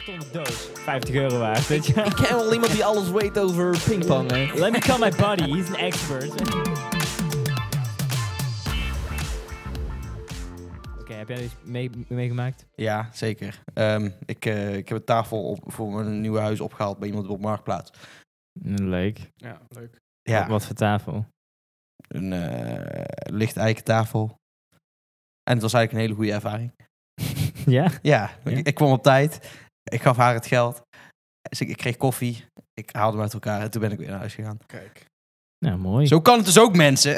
kartonnen doos. €50 waard, weet je. Ik ken wel iemand die alles weet over pingpong, hè. Let me call my buddy, he's an expert. Oké, heb jij iets meegemaakt? Ja, zeker. Ik heb een tafel voor mijn nieuwe huis opgehaald bij iemand op Marktplaats. Leuk. Ja, leuk. Ja, Wat voor tafel? een licht eiken tafel. En het was eigenlijk een hele goede ervaring. Ja? Ja, Ja? Ik kwam op tijd. Ik gaf haar het geld. Dus ik kreeg koffie. Ik haalde hem uit elkaar en toen ben ik weer naar huis gegaan. Kijk. Nou, mooi. Zo kan het dus ook, mensen.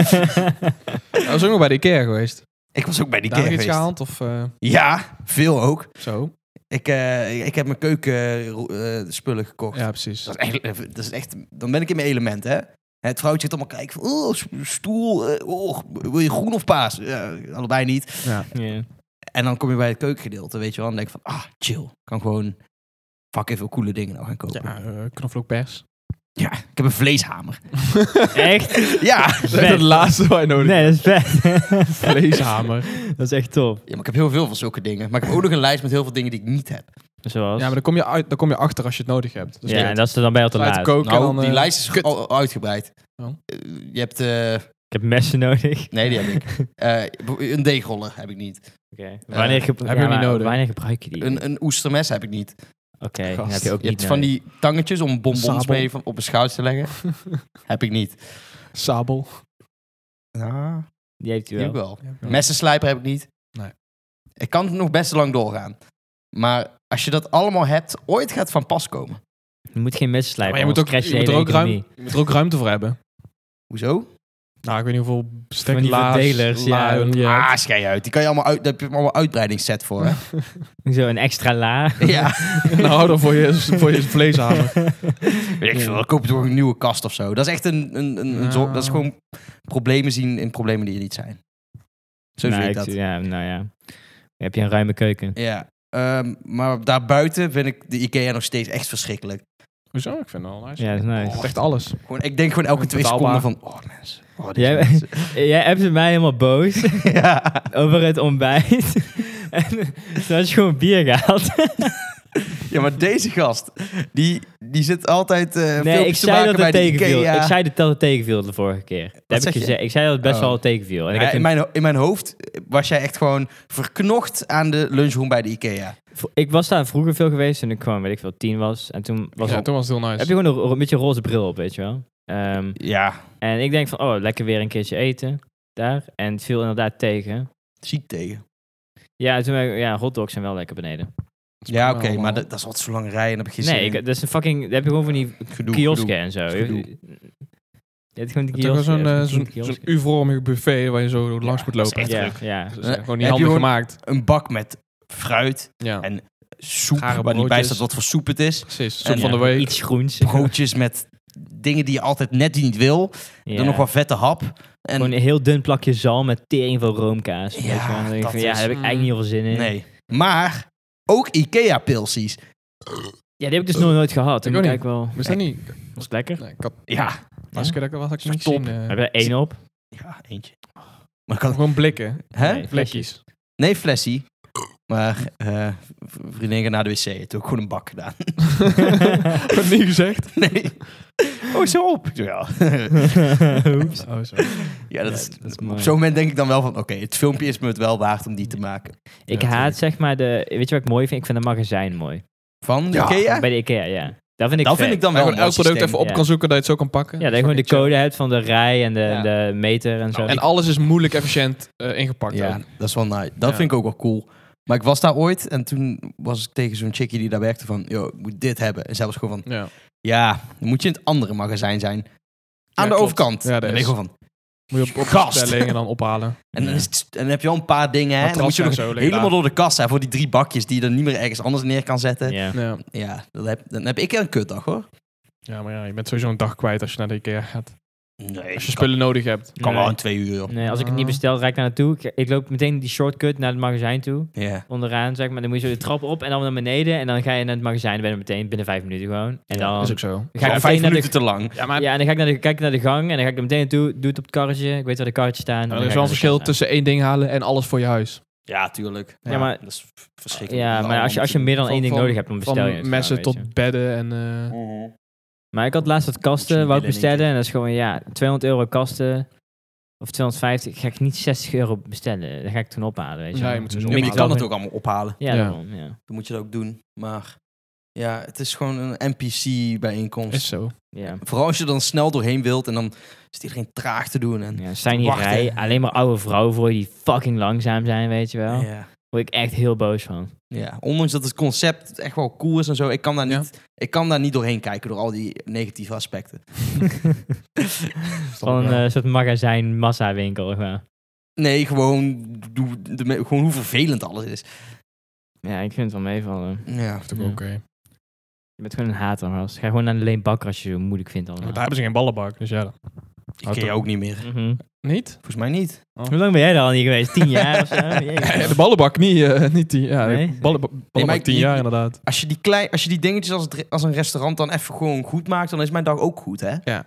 Dat was ook nog bij de IKEA geweest. Ik was ook bij die Daar keer nog iets geweest. gehaald? Of, Ja, veel ook. zo? Ik heb mijn keuken spullen gekocht. Ja, precies. Dat is echt... Dan ben ik in mijn element, hè. Het vrouwtje gaat allemaal kijken van... Oh, stoel. Wil je groen of paas? Ja, allebei niet. Ja. Ja. En dan kom je bij het keukengedeelte, weet je wel. En denk je van... Chill. Ik kan gewoon fucking veel coole dingen nou gaan kopen. Ja, knoflookpers. Ja, ik heb een vleeshamer. Echt? Ja. Dat is het laatste waar je nodig Nee, dat is vet. Vleeshamer. Dat is echt top. Ja, maar ik heb heel veel van zulke dingen. Maar ik heb ook nog een lijst met heel veel dingen die ik niet heb. Zoals? Ja, maar dan kom je achter als je het nodig hebt. Dus ja, en dat is er dan bij al te uit laat. koken Nou, en dan, die lijst is kut. al uitgebreid. Oh. Je hebt... Ik heb messen nodig. Nee, die heb ik. Een deegroller heb ik niet. Oké. heb je niet nodig. Wanneer gebruik je die? Een oestermes heb ik niet. Oké, dan Gast. heb je ook Je niet hebt van nodig. die tangetjes om bonbons Sabel. mee op een schouder te leggen. Heb ik niet. Sabel. Ja, Die heeft u die heb wel. ik wel. Messenslijper heb ik niet. Nee. Ik kan het nog best lang doorgaan. Maar als je dat allemaal hebt, ooit gaat het van pas komen. Je moet geen messen slijpen, Maar je moet, anders ook, crash je, je moet er hele ook economie. je moet er ook ruimte voor hebben. Hoezo? Nou, ik weet niet hoeveel Van bestek, die laars, verdelers, ja. ja. Schei uit. Die kan je allemaal uit. Daar heb je allemaal uitbreidingsset voor. Hè? Zo, een extra la. Ja. Nou, dan voor je vleeshamer. Weet ik veel. Dan koop je toch een nieuwe kast of zo. Dat is echt Nou. dat is gewoon problemen zien in problemen die er niet zijn. Zo zie ik dat. Ja, nou ja. Dan heb je een ruime keuken. Ja. Maar daarbuiten vind ik de IKEA nog steeds echt verschrikkelijk. Hoezo? Ik vind het wel nice. Ja, dat is nice. Echt alles. Gewoon, ik denk gewoon elke 2 Betaalbaar. seconden van... Oh, mensen. Oh, deze Jij, mensen. jij hebt mij helemaal boos Ja. over het ontbijt. En toen had je gewoon bier gehaald. Ja, maar deze gast, die zit altijd Nee, ik filmpjes te zei maken dat bij het de tegenviel. IKEA. Ik zei dat het tegenviel de vorige keer. Dat heb zeg ik je? gezegd. Ik zei dat het best Oh. wel tegenviel. En ik Ja, heb in mijn hoofd was jij echt gewoon verknocht aan de lunchroom bij de IKEA. ik was daar vroeger veel geweest toen ik gewoon, weet ik veel, 10 was. En toen was Ja, toen was het heel nice. heb je gewoon een beetje een roze bril op, weet je wel. Ja, En ik denk van, oh, lekker weer een keertje eten daar. En het viel inderdaad tegen. ziek tegen. Ja, toen hotdogs zijn wel lekker beneden. Ja, oké, maar dat is wat zo lang rijden en heb ik geen zin Nee, in. dat is een fucking... Dan heb je gewoon van die Gedoe, kiosken gedoe. en zo. Gedoe. Je hebt gewoon die Het is kiosken. gewoon zo'n zo'n kiosk. U-vormig buffet waar je zo langs moet dat is lopen. echt Ja, terug. ja. Dus, Heb gewoon je niet handig gewoon- gemaakt. Een bak met fruit Ja, en soep, Gare waar niet bij broodjes. staat wat voor soep het is. precies. en Soep van de week. Iets groens. Broodjes met dingen die je altijd net niet wil. Ja. Dan nog wat vette hap. En Gewoon een heel dun plakje zalm met tering van roomkaas. Ja, weet je wel. Dan denk ik dat van, ja, is- daar heb ik eigenlijk niet heel veel zin in. nee. Maar ook IKEA-pilsies. Ja, die heb ik dus nog nooit gehad. Ik Dan ook moet ik eigenlijk wel... Is dat niet? Was het lekker? Nee, ik had... Ja. Als ik dat had ik niet Top. gezien. Heb je er één op? Ja, eentje. Maar kan... Gewoon blikken. Hè? Nee. Vlekjes. Nee, flessie. Maar vriendin gaat naar de wc. Toen heb ik gewoon een bak gedaan. Had niet gezegd. Nee. Oh, zo op. Ja. Oeps. Oh, zo. Ja, dat is, dat is op mooi. zo'n moment denk ik dan wel van... Oké, het filmpje is me het wel waard om die te maken. Ik Ja, haat zeg maar de... Weet je wat ik mooi vind? Ik vind een magazijn mooi. Van Ja. IKEA? Bij de IKEA, ja. Dat vind ik Dat vet. vind ik dan Dat wel je een gewoon elk product even op ja. kan zoeken, dat je het zo kan pakken. Ja, dat je gewoon de Fucking code hebt van de rij en Ja. de meter en zo. chill. En alles is moeilijk efficiënt ingepakt. Ja, ook. dat is wel nice. Dat Ja. vind ik ook wel cool. Maar ik was daar ooit en toen was ik tegen zo'n chickie die daar werkte van... Yo, ik moet dit hebben. En zij was gewoon van... Ja. Ja, dan moet je in het andere magazijn zijn. Aan de klopt. overkant. Ja, dat en dan ben is. je gewoon van... Moet je op Gast. bestelling en dan ophalen. En dan, en dan heb je al een paar dingen. Hè? En dan moet je nog Matrassen en zo helemaal liggen door de kassa voor die 3 bakjes die je dan niet meer ergens anders neer kan zetten. Ja. Ja. Ja, dan heb ik een kutdag hoor. Ja, maar ja, je bent sowieso een dag kwijt als je naar de IKEA gaat. Nee, Als je spullen nodig hebt. kan Nee. wel in 2 uur. Nee, als ik het niet bestel, rijd ik naar naartoe. Ik loop meteen die shortcut naar het magazijn toe. Ja. Onderaan, zeg maar. Dan moet je zo de trap op en dan naar beneden. En dan ga je naar het magazijn. Dan ben je meteen binnen 5 minuten gewoon. En dan Dat is ook zo. ga ik Al meteen 5 naar minuten de... te lang. Ja, maar Ja, en dan ga ik kijk naar de gang. En dan ga ik er meteen naartoe. Doe het op het karretje. Ik weet waar de karretjes staan. en dan er ga is ik wel een naar de verschil kassa. tussen 1 ding halen en alles voor je huis. Ja, tuurlijk. Ja, maar- dat is verschrikkelijk. Ja, maar als je meer dan één ding nodig hebt, dan bestel je het. Van messen gewoon, weet tot je. bedden en... Maar ik had laatst wat kasten, Moet je wou ik niet willen bestellen. En dat is gewoon, ja, €200 kasten. Of 250. Ga ik niet €60 bestellen. Dat ga ik toen ophalen, weet je Ja, wel. je moet ze zo Dan Ja, moet maar ik je kan wel het ook allemaal ophalen. Ja, Ja. daarom, ja. Dan moet je dat ook doen. Maar ja, het is gewoon een NPC-bijeenkomst. Is zo. Ja. Vooral als je er dan snel doorheen wilt en dan is iedereen traag te doen. En, Ja, zijn hier wachten. rij, alleen maar oude vrouwen voor je die fucking langzaam zijn, weet je wel. ja. Word ik echt heel boos van. Ja, ondanks dat het concept echt wel cool is en zo, ik kan daar Ja. niet, ik kan daar niet doorheen kijken door al die negatieve aspecten. Van een soort magazijn massawinkel. Gewoon. Nee, gewoon, gewoon hoe vervelend alles is. Ja, ik vind het wel meevallen. Ja. Dat is toch Ja. oké. Je bent gewoon een hater, gast. Ga gewoon naar de Leen Bakker als je zo moeilijk vindt Maar allemaal. daar hebben ze geen ballenbak, dus ja. Ik ken je ook niet meer. Mhm. Niet? Volgens mij niet. Hoe lang ben jij daar al niet geweest? 10 jaar of zo? Ja, de ballenbak niet 10 jaar. Nee? Ballenbak maar 10 ik- jaar inderdaad. Als je die dingetjes als een restaurant dan even gewoon goed maakt, dan is mijn dag ook goed, hè? Ja.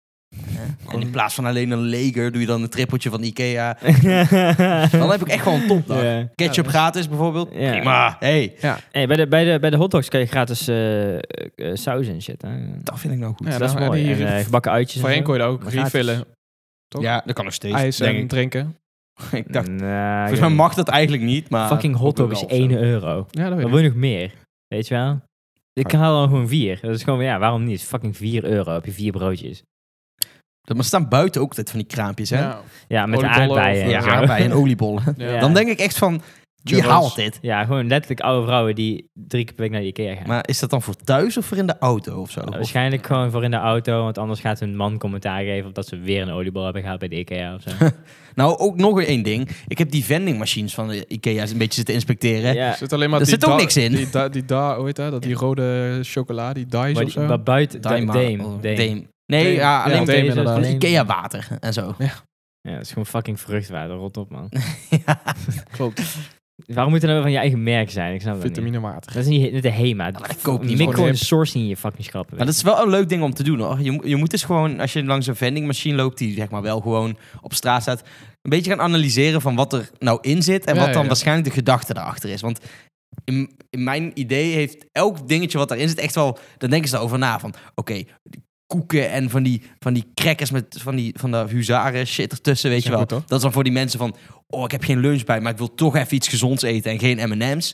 En in plaats van alleen een leger, doe je dan een trippeltje van Ikea. Dan heb ik echt gewoon een topdag. Ja. Ketchup Ja, gratis bijvoorbeeld. Ja. Prima. Hey, Hey, bij de hotdogs kan je gratis saus en shit. Hè? dat vind ik nou goed. Ja, Dat is dan- mooi. die- En gebakken uitjes. Voorheen en zo. kon je dat ook Maar gratis. refillen. Toch? Ja, dat kan nog steeds. IJs denk en ik. drinken. Ik dacht, Nou, volgens mij mag dat eigenlijk niet, maar... fucking hotdog is ook wel of zo. €1. Ja, dat weet Dan ik. wil je nog meer. Weet je wel? Ik haal dan gewoon 4. Dat is gewoon, ja, waarom niet? Fucking €4 heb je 4 broodjes. Maar er staan buiten ook altijd van die kraampjes, hè? Ja. Ja, met de Oliebollen aardbeien. of- en Ja, zo. aardbeien en oliebollen. Ja. Dan denk ik echt van, wie Churros. haalt dit? Ja, gewoon letterlijk oude vrouwen die 3 keer per week naar de Ikea gaan. Maar is dat dan voor thuis of voor in de auto of zo? Nou, waarschijnlijk gewoon voor in de auto, want anders gaat hun man commentaar geven op dat ze weer een oliebol hebben gehaald bij de Ikea of zo. Nou, ook nog één ding. Ik heb die vending machines van de Ikea een beetje zitten inspecteren. Ja, Er zit alleen maar Er die zit ook niks in. hoe heet dat? Die rode chocola, die dice maar, of zo. maar buiten Dame. Dame. Nee, Dame. ja, alleen Ja, Dame van inderdaad. Ikea water en zo. Ja, het is gewoon fucking vruchtwater. Rot op, man. Ja. Klopt. Waarom moet het nou van je eigen merk zijn? Ik snap dat niet. Vitamine water. Dat is niet de Hema. maar dat koopt niet, Mik gewoon gewoon een hip. sourcing in je fucking schappen. Maar dat is wel een leuk ding om te doen, hoor. Je moet dus gewoon, als je langs een vendingmachine loopt, die zeg maar wel gewoon op straat staat, een beetje gaan analyseren van wat er nou in zit en Ja, wat dan ja. waarschijnlijk de gedachte daarachter is. Want in mijn idee heeft elk dingetje wat daarin zit echt wel, dan denken ze erover na van, oké, die koeken en van die crackers met van de huzaren shit ertussen, weet je wel. Goed, toch? Dat is dan voor die mensen van, oh, ik heb geen lunch bij, maar ik wil toch even iets gezonds eten en geen M&M's.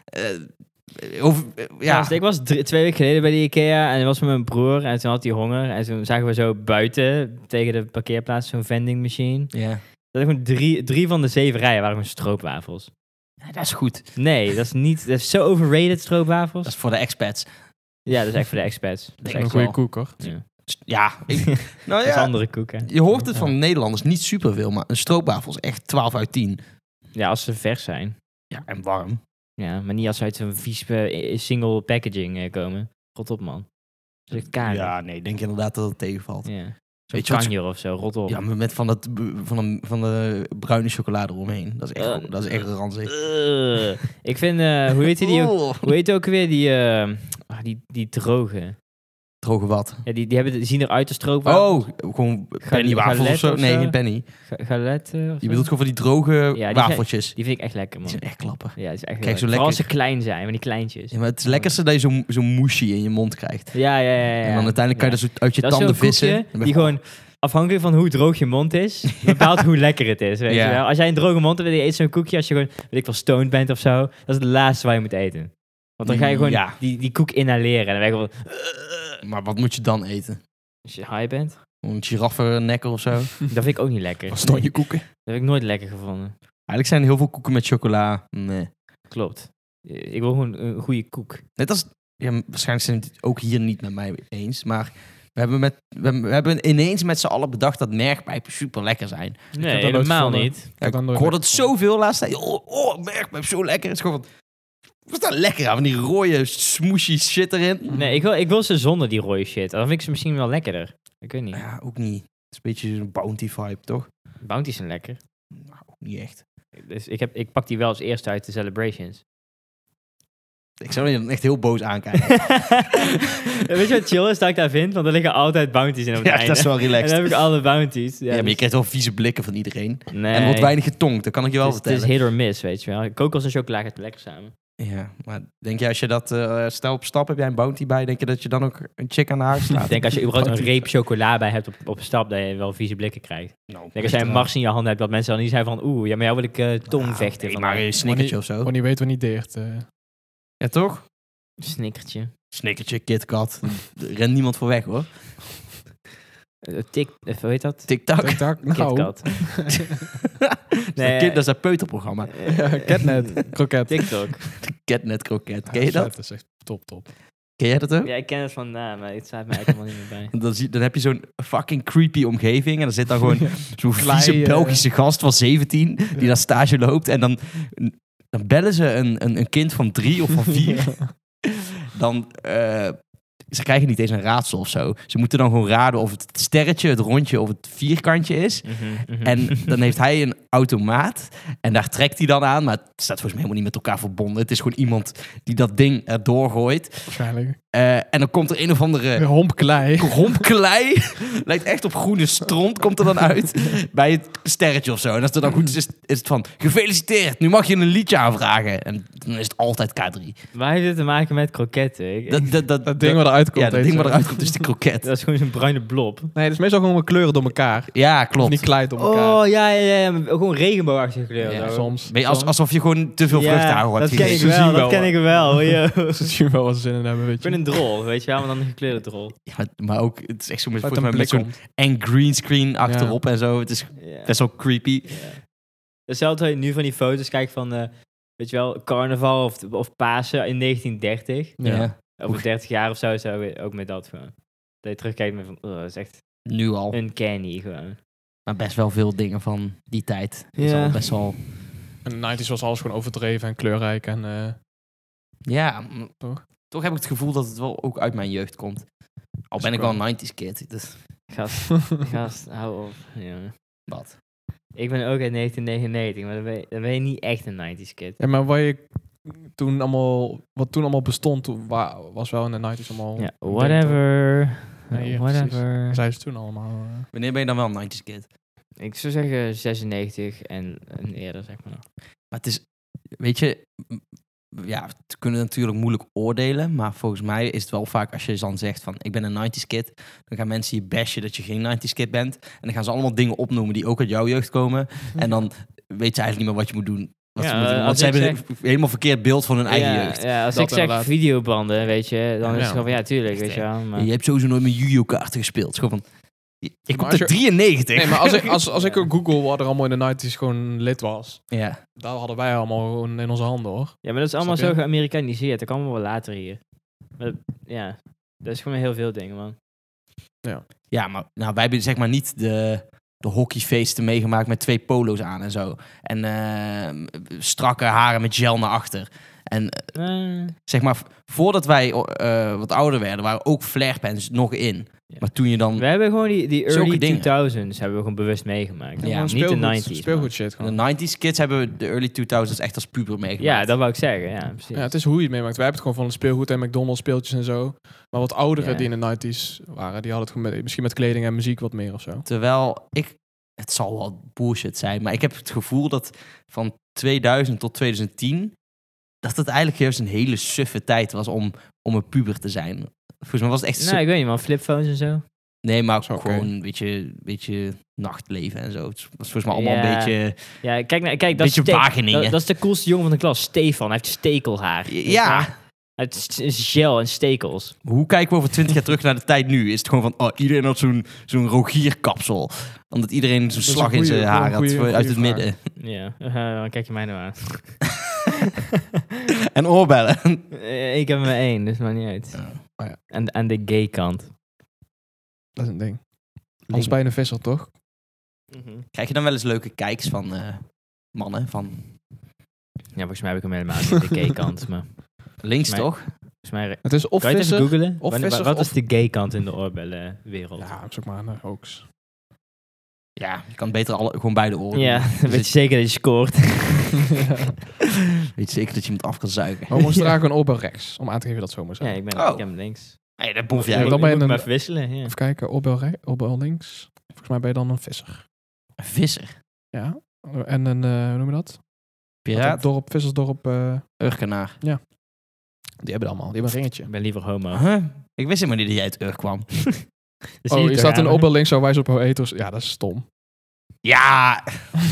Ja, dus ik was 2 weken geleden bij de Ikea en ik was met mijn broer en toen had hij honger. En toen zagen we zo buiten tegen de parkeerplaats zo'n vending machine. Ja. Dat gewoon 3 van de 7 rijen waren gewoon stroopwafels. Ja, dat is goed. Nee, dat is niet. Dat is zo overrated, stroopwafels. Dat is voor de expats. Ja, dat is echt voor de experts. Dat is Denk echt Een wel. goede koek, hoor. Ja. Ja, nou Dat is ja, andere koeken. je hoort het van Nederlanders niet superveel, maar een stroopwafel is echt 12 uit 10. Ja, als ze vers zijn. Ja, en warm. Ja, maar niet als ze uit zo'n vies single packaging komen. Rot op, man. Dat is echt karig. Ja, nee, ik denk inderdaad dat het tegenvalt. Ja. Weet Zo'n je wat? kanjer of zo, rot op. Ja, maar met van de bruine chocolade eromheen. Dat is echt ranzig. Ik vind, hoe heet die ook? Oh. Hoe heet ook weer die droge? Droge wat? Ja, die zien eruit als stroopwafels. Oh, gewoon pennywafels of zo? galet of Nee, zo? geen penny. Galet. Je bedoelt gewoon van die droge die wafeltjes. Die vind ik echt lekker, Die man. zijn echt klappen. Ja, die is echt Kijk, lekker. zo Vooral als ze lekker. klein zijn, van die kleintjes. Ja, maar het is lekkerste dat je zo'n moesie in je mond krijgt. Ja. En dan uiteindelijk kan je dat zo uit je Dat is tanden zo'n vissen. koekje Dan ben die je- gewoon, afhankelijk van hoe droog je mond is, bepaalt hoe lekker het is, weet Ja. je wel. Als jij een droge mond hebt en je eet zo'n koekje, als je gewoon, weet ik wel, stoned bent of zo, dat is het laatste waar je moet eten. Want dan ga je gewoon Ja. die koek inhaleren en dan ben je gewoon, Maar wat moet je dan eten? als je high bent, Een giraffennekker of zo? dat vind ik ook niet lekker. Stanje koeken. Dat heb ik nooit lekker gevonden. Eigenlijk zijn er heel veel koeken met chocola. Nee. Klopt. Ik wil gewoon een goede koek. Net als... Ja, waarschijnlijk zijn het ook hier niet met mij eens. Maar we hebben ineens met z'n allen bedacht dat merkpijpen super lekker zijn. Nee, dat nooit helemaal gevonden. niet. Ja, ik hoor het zoveel laatst tijd. Oh, merkpijp, zo lekker. Het is gewoon van... Wat is dat lekker aan? Van die rode smooshy shit erin. Nee, ik wil ze zonder die rode shit. Dan vind ik ze misschien wel lekkerder. Ik weet niet. Ja, ook niet. Het is een beetje een bounty vibe, toch? Bounty's zijn lekker. Nou, ook niet echt. Dus ik pak die wel als eerste uit de celebrations. Ik zou je dan echt heel boos aankijken. Weet je wat chill is dat ik daar vind? Want er liggen altijd bounties in op het Ja, einde. dat is wel En relaxed. dan heb ik alle bounties. Ja, maar je dus- krijgt wel vieze blikken van iedereen. Nee. En er wordt weinig getonkt, dat kan ik je wel het is vertellen. hit or miss, weet je wel. Kokos en chocola gaat lekker samen. Ja, maar denk je als je dat... stel op stap heb jij een bounty bij, denk je dat je dan ook een chick aan de huis slaat? Ik denk als je überhaupt een reep chocola bij hebt op stap, dat je wel vieze blikken krijgt. Nou, Ik denk als jij een Mars in je hand hebt, dat mensen dan niet zijn van oeh, ja, maar jou wil ik tong vechten. Nee, van maar een snickertje of zo. Gewoon niet weten wat niet deert. Ja, toch? Snickertje. Snickertje, KitKat. Er rent niemand voor weg, hoor. Hoe heet dat? TikTok. Tak, nou. KitKat. Nee, dat is dat peuterprogramma. Catnet, kroket. TikTok. Catnet kroket. Ken je dat? Dat is echt top. Ken jij dat ook? Ja, ik ken het van naam, maar het staat mij eigenlijk helemaal niet meer bij. Dan heb je zo'n fucking creepy omgeving. En dan zit dan gewoon zo'n Klei, vieze Belgische gast van 17... die daar stage loopt. En dan bellen ze een kind van 3 of van 4... dan... ze krijgen niet eens een raadsel of zo. Ze moeten dan gewoon raden of het sterretje, het rondje of het vierkantje is. En dan heeft hij een automaat. En daar trekt hij dan aan. Maar het staat volgens mij helemaal niet met elkaar verbonden. Het is gewoon iemand die dat ding erdoor gooit. Waarschijnlijk. En dan komt er een of andere Hompklei. rompklei. Lijkt echt op groene stront. Komt er dan uit bij het sterretje of zo. En als het dan goed is het van... Gefeliciteerd, nu mag je een liedje aanvragen. En dan is het altijd K3. Waar heeft dit te maken met kroketten? Dat ding wat eruit komt. Ja, dat ding wat eruit komt is de kroket. Dat is gewoon zo'n bruine blob. Nee, het is meestal gewoon kleuren door elkaar. Ja, Of klopt. niet klei door elkaar. Oh, ja. Maar gewoon regenboogachtige kleur. Ja, zo. Soms. Ben je alsof je gewoon te veel vruchtenhagel hebt dat ken ik gegeten. Ze zien wel, wel, dat ken ik wel. Yo. Ze zien wel wat ze zin in hebben, weet Ik je. ben een drol, weet je wel, maar dan een gekleurde drol. Ja, maar ook, het is echt zo met, Uit volgens een mij met blik zo'n komt. eng greenscreen achterop en zo. Het is Ja. best wel creepy. Ja. Hetzelfde als je nu van die foto's kijkt van, weet je wel, carnaval of Pasen in 1930. Ja. Over 30 jaar of zo, ook met dat gewoon. Dat je terugkijkt met van, dat is echt Nu al. uncanny gewoon. Maar best wel veel dingen van die tijd. Is Ja. al best wel... In de 90's was alles gewoon overdreven en kleurrijk. En, Ja, Toch? toch heb ik het gevoel dat het wel ook uit mijn jeugd komt. Al Is ben ik ook wel een 90s kid. Dus Gast, hou op. Ja. wat? Ik ben ook uit 1999, maar dan ben je niet echt een 90s kid. ja, maar wat toen allemaal bestond, was wel in de 90's allemaal... Ja, whatever. Nee, ja, Whatever. Dat zeiden ze toen allemaal. Wanneer ben je dan wel een 90s kid? Ik zou zeggen 96 en eerder, zeg maar nog. Maar het is... Weet je... Ja, we kunnen natuurlijk moeilijk oordelen. Maar volgens mij is het wel vaak als je dan zegt van... Ik ben een 90s kid. Dan gaan mensen je bashen dat je geen 90s kid bent. En dan gaan ze allemaal dingen opnoemen die ook uit jouw jeugd komen. En dan weet ze eigenlijk niet meer wat je moet doen. Wat Ja, ze moeten doen. Want als ze ik hebben een helemaal verkeerd beeld van hun eigen ja, jeugd. Ja, als Dat ik zeg inderdaad. videobanden, weet je, dan is Ja. het gewoon van, ja, tuurlijk, Echt, weet je wel. Maar... Je hebt sowieso nooit met Yu-Gi-Oh-kaarten gespeeld. Het is gewoon van... Ik kom als uit je- 93. Nee, maar als ik ook google wat er allemaal in de 90's gewoon lid was. Ja. Daar hadden wij allemaal gewoon in onze handen, hoor. Ja, maar dat is allemaal Snap zo je? geamerikaniseerd. Dat kan allemaal wel later hier. Maar ja, dat is gewoon heel veel dingen, man. Ja, maar nou, wij hebben zeg maar niet de hockeyfeesten meegemaakt met 2 polo's aan en zo. En strakke haren met gel naar achter. En zeg maar, voordat wij wat ouder werden, waren ook flarepens nog in. Ja. Maar toen je dan We hebben gewoon die Zulke early dingen. 2000s hebben we gewoon bewust meegemaakt. Ja, niet de 90s. Speelgoed shit gewoon. de 90s kids hebben de early 2000s echt als puber meegemaakt. Ja, dat wou ik zeggen. Ja, precies. Ja, het is hoe je het meemaakt. Wij hebben het gewoon van speelgoed en McDonald's speeltjes en zo. Maar wat ouderen Ja. die in de 90's waren, die hadden het gewoon misschien met kleding en muziek wat meer of zo. Terwijl het zal wel bullshit zijn, maar ik heb het gevoel dat van 2000 tot 2010 dat het eigenlijk juist een hele suffe tijd was om een puber te zijn. Volgens mij was het echt Nee, ik weet niet, man. Flipphones en zo. Nee, maar Zo, ook oké. gewoon een beetje nachtleven en zo. Het was volgens mij allemaal Ja. een beetje... Ja, kijk, dat is, Beetje Wageningen. dat is de coolste jongen van de klas, Stefan. Hij heeft stekelhaar. Weet je wel? Ja, Hij heeft gel en stekels. hoe kijken we over 20 jaar terug naar de tijd nu? Is het gewoon van, iedereen had zo'n Rogier-kapsel. Omdat iedereen zo'n is een slag in goeie- zijn haar had goeie uit het vraag. midden. Ja, dan kijk je mij nou aan. En oorbellen. Ik heb er maar 1, dus maakt niet uit. Oh ja. En de gay kant. Dat is een ding. Anders bij een visser, toch? Krijg je dan wel eens leuke kijks van mannen? Van Ja, volgens mij heb ik hem helemaal niet, de gay kant. Maar links, Maar- toch? volgens mij... Het is of Kan je het even visser... googlen? of Wat visser is of- de gay kant in de oorbellenwereld? Ja, zoek maar een hoax. Ja, je kan beter gewoon beide oren Ja, doen. dan weet je zeker dat je scoort. Weet je zeker dat je iemand af kan zuigen. Maar we moesten dragen een oorbel rechts. Om aan te geven dat het zo moet Ja, zijn. ik Oh. ben links. Nee, dat boef Ja, jij. dan Ik ben je moet een- maar even wisselen. Ja. Even kijken, oorbel links. Volgens mij ben je dan een visser. Een visser. Ja. En een, hoe noem je dat? Piraat. Dorp, vissersdorp. Urkenaar. Die hebben het allemaal. Die hebben een ringetje. Ik ben liever homo. Huh? Ik wist helemaal niet dat jij uit Urk kwam. Dat zie Oh, je je toch staat aan een me? oorbel links, zo wijzen op eters. Ja, dat is stom. Ja!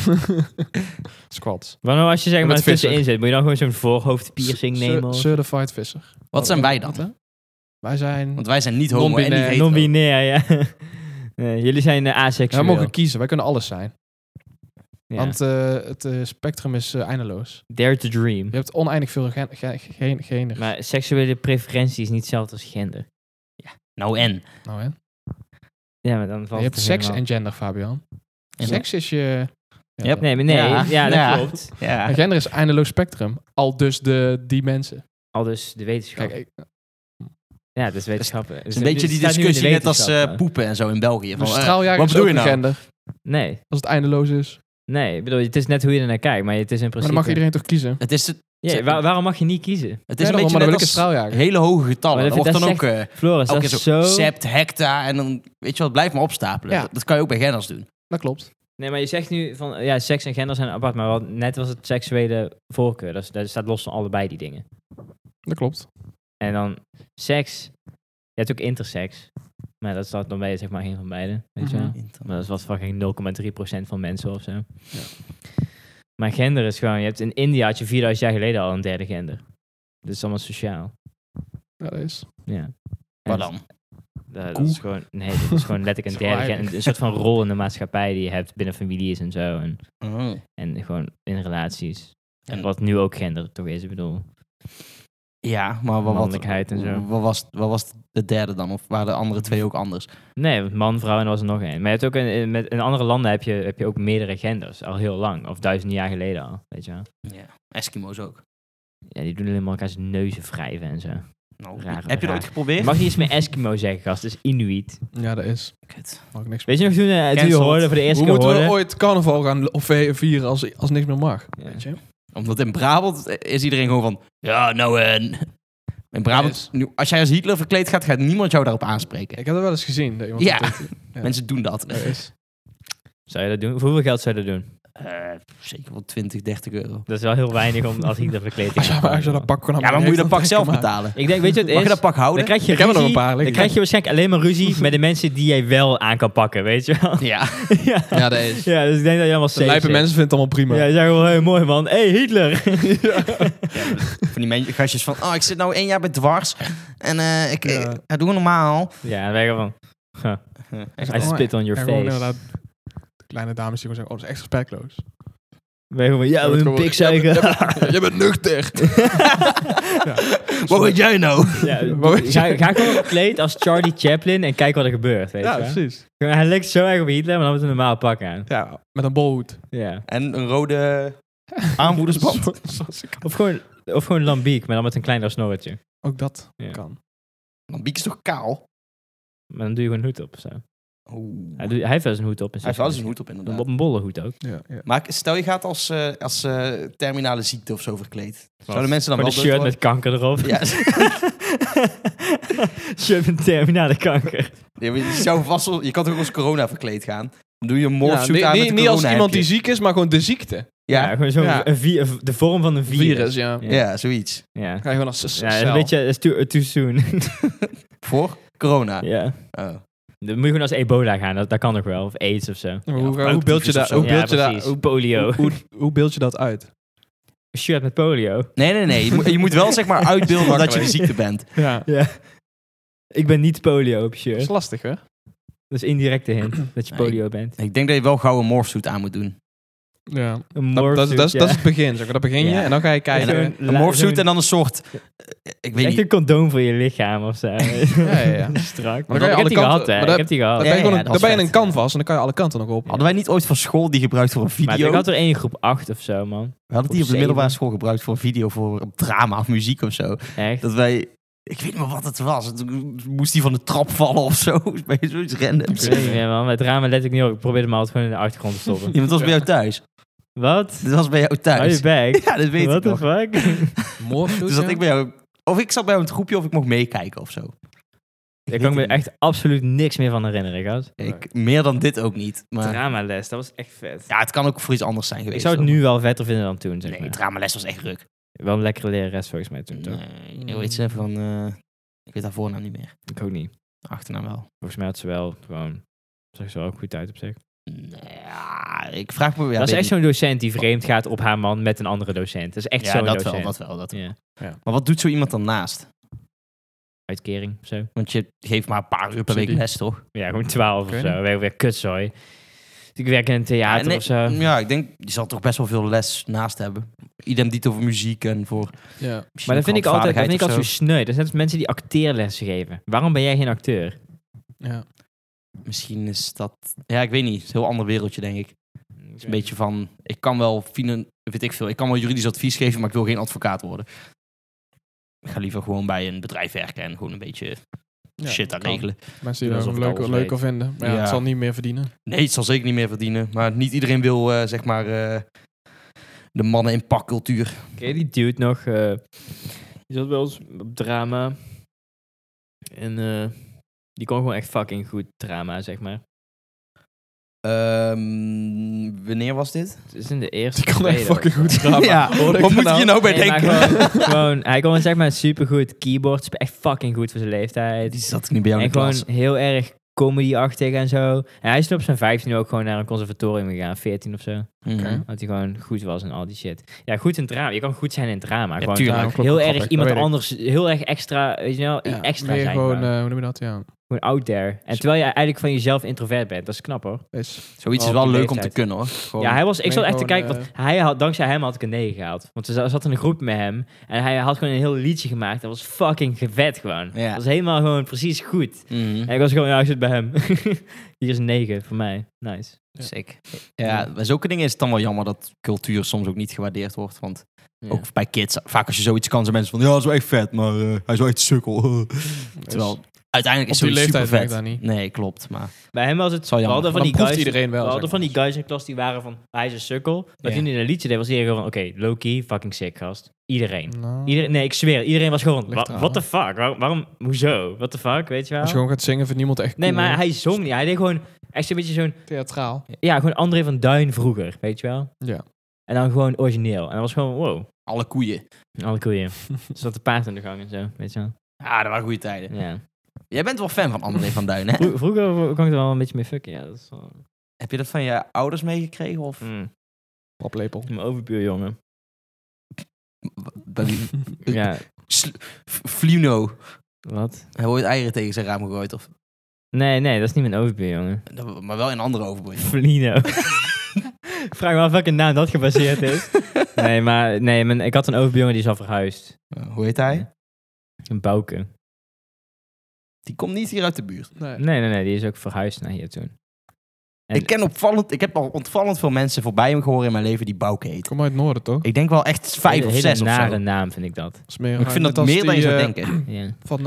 Squats. Maar nou, als je zeg maar Met visser. tussenin zit, moet je dan gewoon zo'n voorhoofdpiercing nemen? Of? Certified visser. Wat zijn wij Wat, dan? hè? Wij zijn... Want wij zijn niet homo en niet Non-binair. hetero. Non-binair, ja. Nee, jullie zijn Ja, aseksueel. wij mogen kiezen. Wij kunnen alles zijn. Ja. Want het spectrum is eindeloos. Dare to dream. Je hebt oneindig veel geners. Maar seksuele preferentie is niet hetzelfde als gender. Nou en? Nou, hè? Ja, maar dan valt Je hebt het seks helemaal- en gender, Fabian. En- Seks is je... Ja, Yep. Nee, maar nee. Ja. Ja, dat Ja. klopt. Ja. En gender is eindeloos spectrum. Al dus die mensen. Al dus de wetenschap. Kijk, Ja, dat is wetenschappen. Het is een beetje die discussie net als poepen en zo in België. Van, de straaljager wat is bedoel ook je een nou? gender. Nee, Als het eindeloos is. nee. Ik bedoel, het is net hoe je er naar kijkt, maar het is in Maar principe... dan mag iedereen toch kiezen? Het is, Ja, waarom mag je niet kiezen? het is Nee, een daarom, beetje maar dan net wil ik een als straaljager. hele hoge getallen. Maar Dat dat wordt dan vind- ook Floris, elke dat keer is zo zo... sept, hecta en dan, weet je wat, blijf maar opstapelen. Ja. Dat kan je ook bij genders doen. Dat klopt. Nee, maar je zegt nu van... Ja, seks en gender zijn apart, maar net was het seksuele voorkeur. Dat staat los van allebei die dingen. Dat klopt. En dan seks... Je hebt ook intersex. Maar dat staat dan bij je zeg maar geen van beide. Weet je wel? Mhm. Maar dat is wat fucking 0,3% van mensen of zo. Maar gender is gewoon... Je hebt in India had je 4000 jaar geleden al een derde gender. Dat is allemaal sociaal. Ja, dat is. Ja. Maar En dan? dat is gewoon... Nee, dat is gewoon letterlijk een Zo derde heilig. gender. Een soort van rol in de maatschappij die je hebt binnen families en zo. En gewoon in relaties. En En- wat nu ook gender toch is, ik bedoel... Ja, maar Mannelijkheid en zo. Wat was de derde dan? Of waren de andere twee ook anders? Nee, want man, vrouw en er was er nog één. Maar je hebt ook in andere landen heb je ook meerdere genders. Al heel lang. Of 1000 jaar geleden al, weet je wel. Ja. Eskimo's ook. Ja, die doen helemaal elkaars neuzen wrijven en zo. Nou, Rare heb je dat vraag. ooit geprobeerd? Je mag niet eens meer Eskimo zeggen, gast. Het is Inuit. Ja, dat is. Kut. Mag ik niks Weet je nog toen je Cancelled. hoorde voor de eerste Hoe keer moeten we hoorde? ooit carnaval gaan vieren als niks meer mag? Ja. Weet je? Omdat in Brabant is iedereen gewoon van... Ja, nou en... In Brabant, Yes. nu, als jij als Hitler verkleed gaat, gaat niemand jou daarop aanspreken. Ik heb dat wel eens gezien. Dat iemand Ja. dat deed. Ja. Mensen doen dat. Dat is. Zou je dat doen? Voor hoeveel geld zou je dat doen? Zeker wel 20, 30 euro. Dat is wel heel weinig om als Hitler verkleed te Als gaan. je dat pak gewoon Ja, maar moet je dat pak zelf betalen? Ik denk, weet je wat Mag het je is? dat pak Dan houden? krijg je Ik heb er nog een ruzie. paar liggen. Dan krijg je waarschijnlijk alleen maar ruzie met de mensen die jij wel aan kan pakken, weet je wel? Ja. Ja, Ja, dat is. ja, dus ik denk dat je allemaal De safe lijpe zit. mensen vinden het allemaal prima. Ja, die zeggen wel, hey, mooi man. Hey, Hitler. Van die gastjes van... Oh, ik zit nou 1 jaar bij Dwars. En ik Ja. doe normaal. Ja, dan ben je van... Huh, Echt, I spit on your En gewoon face. inderdaad de kleine dames die gewoon zeggen, oh, dat is echt respectloos. Ben je gewoon, ja, Je we bent een gewoon- pikzuiger. Je bent nuchter. Wat weet jij nou? Ja, Wat weet ga gewoon gekleed als Charlie Chaplin en kijk wat er gebeurt, weet Ja, je wel? precies. Hij lijkt zo erg op Hitler, maar dan moet hij een normaal pak aan. Ja, met een bolhoed. Ja. En een rode aanvoerdersband. Of gewoon lambiek, maar dan met een kleiner snorretje. Ook dat Ja. kan. Dan Biek is toch kaal? Maar dan doe je gewoon een hoed op of zo. Oeh. Hij heeft wel eens een hoed op. Hij heeft wel eens een hoed op, inderdaad. Op een bolle hoed ook. Ja, ja. Maar stel je gaat als terminale ziekte of zo verkleed. Zouden mensen dan Gewoon wel een shirt dood met kanker erop. worden? Ja. Shirt met terminale kanker. Ja, maar je zou vast wel- je kan toch ook als corona verkleed gaan? Dan doe je een morphsuit Ja, aan met een niet als iemand die corona-hapje. ziek is, maar gewoon de ziekte. Ja, gewoon zo Ja. de vorm van een virus. ja. Ja. Ja, zoiets. Ja. Ga je gewoon als Ja, dat is een beetje dat is too soon. Voor corona. Ja. Oh. Dan moet je gewoon als ebola gaan, dat kan nog wel. Of AIDS of zo. Hoe beeld je dat? zo. Hoe Ja, beeld je dat? precies. Polio. Hoe beeld je dat uit? Een shirt met polio. Nee. Je moet wel zeg maar uitbeelden dat je de ziekte bent. Ja. Ja. Ik ben niet polio op je Dat is shirt. lastig, hè? Dat is indirecte hint dat je Nee. polio bent. Ik denk dat je wel gauw een morphsuit aan moet doen. Ja. Een Dat is morphsuit, het begin. Zeg maar. Dat begin je Ja. en dan ga je kijken. En Een morphsuit en dan een soort... ik weet Echt niet. een condoom voor je lichaam of zo. ja. Strak. Maar Maar dan ik kan heb je die alle gehad, kanten- hè. maar Ik heb die gehad. Dan Ja, ben je, gewoon ja, dan dat ben is je een vet. canvas en dan kan je alle kanten nog op. Hadden wij niet ooit van school die gebruikt voor een Maar video? ik had er één in groep 8 of zo, man. We hadden die op de Op middelbare 7. school gebruikt voor een video voor drama of muziek of zo. Echt. Dat wij Ik weet niet meer wat het was. Toen moest hij van de trap vallen of zo. Bij zoiets randoms. Ik weet niet meer, man. Met ramen let ik niet op. Ik probeerde me altijd gewoon in de achtergrond te stoppen. Iemand was bij jou thuis. Wat? Dit was bij jou Hou thuis. je bek? Ja, dat weet What ik the nog. fuck? Morgen Dus dat ik bij jou... Of ik zat bij jou in het groepje of ik mocht meekijken of zo. Daar kan ik me echt absoluut niks meer van herinneren, gast. Meer dan dit ook niet. Maar Dramales, dat was echt vet. ja, het kan ook voor iets anders zijn geweest. Ik zou het nu wel vetter vinden dan toen, zeg Nee, maar. dramales was echt ruk. Wel een lekkere lerares volgens mij toen, toch? Nee, hoe heet ze van... ik weet haar voornaam niet meer. Ik ook niet. Achternaam wel. Volgens mij had ze wel gewoon... Zag ze wel ook goed uit op zich. Nee, ja, ik vraag me... Ja, dat is weet echt zo'n docent die vreemd gaat op haar man met een andere docent. Dat is echt ja, zo'n dat docent. wel. Ja. Maar wat doet zo iemand dan naast? Uitkering of zo. Want je geeft maar een paar uur per week Subsidie. les, toch? Ja, gewoon 12 of Oké. zo. Weer kutzooi. Ik werk in een theater nee, of zo. Ja, ik denk, die zal toch best wel veel les naast hebben. Idem dito voor muziek en voor... Ja. Maar dat vind ik altijd zo zo. sneu. Dat zijn net als mensen die acteerlessen geven. Waarom ben jij geen acteur? Ja. Misschien is dat... Ja, ik weet niet. Het is een heel ander wereldje, denk ik. Het is een beetje van... Ik kan wel weet ik veel. Ik kan wel juridisch advies geven, maar ik wil geen advocaat worden. Ik ga liever gewoon bij een bedrijf werken en gewoon een beetje Ja, shit aan kan. regelen. Mensen die Alsof dat ik alles leuker weet. vinden. Maar ja, Ja. het zal niet meer verdienen. Nee, het zal zeker niet meer verdienen. Maar niet iedereen wil, zeg maar, de mannen in pakcultuur. Ken je die dude nog? Die zat bij ons op drama. En die kon gewoon echt fucking goed drama, zeg maar. Wanneer was dit? Het is in de eerste Die kan echt tweede fucking of zo. goed drama. Ja, Hoorde ik wat dat moet je nou bij Nee, maar denken? gewoon, hij kon zeg maar supergoed keyboard spelen. Echt fucking goed voor zijn leeftijd. Die zat ik niet bij jou in En de gewoon klas. heel erg comedy-achtig en zo. En hij is toen op zijn 15 ook gewoon naar een conservatorium gegaan. 14 of zo. Mhm. Dat hij gewoon goed was en al die shit. Ja, goed in drama. Je kan goed zijn in drama. Ja, Gewoon tuurlijk. Ja, klopt, heel grappig, erg dat iemand weet ik. anders, heel erg extra, weet je wel, Ja, extra meer zijn. gewoon, Gewoon. hoe noem je dat? Ja. Gewoon out there. En terwijl je eigenlijk van jezelf introvert bent. Dat is knap hoor. Zoiets is Op wel die leuk om te leeftijd. kunnen, hoor. Gewoon, Ja, ik zat echt te gewoon, kijken, want hij had, dankzij hem had ik een 9 gehaald. Want er zat in een groep met hem en hij had gewoon een heel liedje gemaakt. Dat was fucking vet gewoon. Ja. Dat was helemaal gewoon precies goed. Mhm. En ik was gewoon, ja, ik zit bij hem. Hier is een 9 voor mij. Nice. Sick. Ja, bij zulke dingen is het dan wel jammer dat cultuur soms ook niet gewaardeerd wordt. Want Ja. ook bij kids, vaak als je zoiets kan, zijn mensen van... Ja, dat is wel echt vet, maar hij is wel echt sukkel. Terwijl, uiteindelijk is op die zoiets super leeftijd werkt vet. dat niet. Nee, klopt. Maar Bij hem was het, Zal we jammer. hadden van Maar die dan proeft guys, iedereen wel, we hadden zeg van die guys in de klas die waren van, hij is een sukkel. Maar Ja. toen hij een liedje deed, was iedereen gewoon, oké, low-key, fucking sick gast. Iedereen. Nou, Iedereen. Nee, ik zweer, iedereen was gewoon, Ligt eraan, what the fuck? Waarom, hoezo? What the fuck, weet je wel? als je gewoon gaat zingen, vindt niemand echt Nee, cool. maar hij zong niet. Hij deed gewoon echt een beetje zo'n, Theatraal. ja, gewoon André van Duin vroeger, weet je wel? Ja. En dan gewoon origineel. En dat was gewoon, wow, alle koeien. alle koeien. Er zat een paard in de gang en zo, weet je wel? Ja, dat waren goede tijden. Ja. Jij bent wel fan van André van Duin, hè? Vroeger kon ik er wel een beetje mee fucken, ja. Dat is wel... Heb je dat van je ouders meegekregen? Of Oplepel. Mijn overbuurjongen. bij wie? Ja, Fluno. wat? Hij wordt eieren tegen zijn raam gegooid. Of, Nee, dat is niet mijn overbuurjongen. maar wel in andere overboeien. Flino. Ik vraag me af welke naam dat gebaseerd is. Ik had een overbuurjongen die is al verhuisd. Hoe heet hij? Een Bouke. Die komt niet hier uit de buurt. Nee. Nee, die is ook verhuisd naar hier toen. En- Ik heb al opvallend veel mensen voorbij me gehoord in mijn leven die Bouke heet. Kom uit het noorden, toch? Ik denk wel echt 5 of 6 of nare zo. naam vind ik dat. Smerig. Ik vind Net dat als meer dan je die, zou denken. Ja. Van,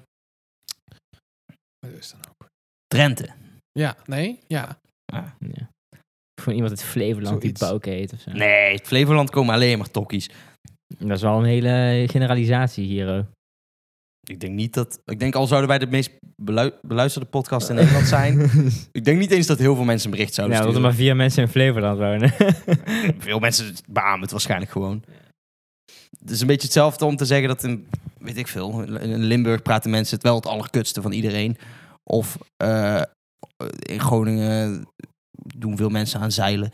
wat is dat nou? Drenthe. Ja, nee? Ja. Ja. Gewoon iemand uit Flevoland Zoiets. die Bouke heet of zo. Nee, in Flevoland komen alleen maar tokkies. Dat is wel een hele generalisatie hier. Hoor. Ik denk niet dat... Ik denk al zouden wij de meest beluisterde podcast in Nederland zijn. Ik denk niet eens dat heel veel mensen een bericht zouden Ja, omdat er sturen. maar 4 mensen in Flevoland wonen. Veel mensen beamen het waarschijnlijk gewoon. Het is een beetje hetzelfde om te zeggen dat in, weet ik veel, in Limburg praten mensen het wel het allerkutste van iedereen. Of in Groningen doen veel mensen aan zeilen.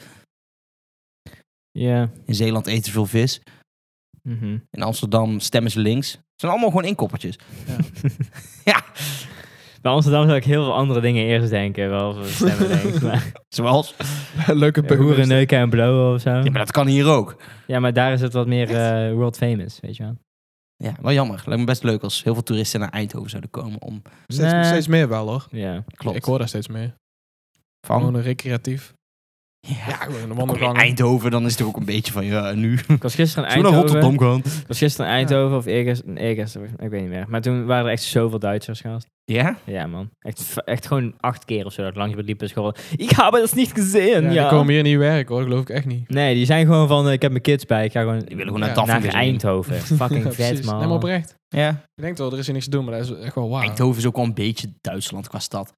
Ja. In Zeeland eten ze veel vis. Mhm. In Amsterdam stemmen ze links. Het zijn allemaal gewoon inkoppertjes. Ja. Ja, Bij Amsterdam zou ik heel veel andere dingen eerst denken. Wel voor stemmen denk maar zoals... Leuke hoeren, burgers. neuken en blowen of zo. Ja, maar dat kan hier ook. Ja, maar daar is het wat meer world famous, weet je wel. Ja, wel jammer. Lijkt me best leuk als heel veel toeristen naar Eindhoven zouden komen om... Steeds meer wel, hoor. Ja. Klopt. Ik hoor daar steeds meer. Van? Gewoon recreatief. Ja, gewoon een Dan kom je in wandelgang. Eindhoven, dan is het toch ook een beetje van, ja, en nu? Ik was gisteren in Zullen we naar Rotterdam Eindhoven. gaan? Ik was gisteren in Eindhoven of eergisteren, ik weet niet meer. Maar toen waren er echt zoveel Duitsers, gast. Ja? Ja, man. Echt gewoon 8 keer of zo dat ik langs liep is gewoon... Ik heb het niet gezien, Die komen hier niet werken hoor, geloof ik echt niet. Nee, die zijn gewoon van... ik heb mijn kids bij, ik ga gewoon Die willen gewoon Ja. naar Daphne naar zien. Eindhoven. Fucking Ja, vet, precies. man. Nee, maar oprecht. Ja. Je denkt wel, er is hier niks te doen, maar dat is echt wel waar. Eindhoven is ook wel een beetje Duitsland qua stad.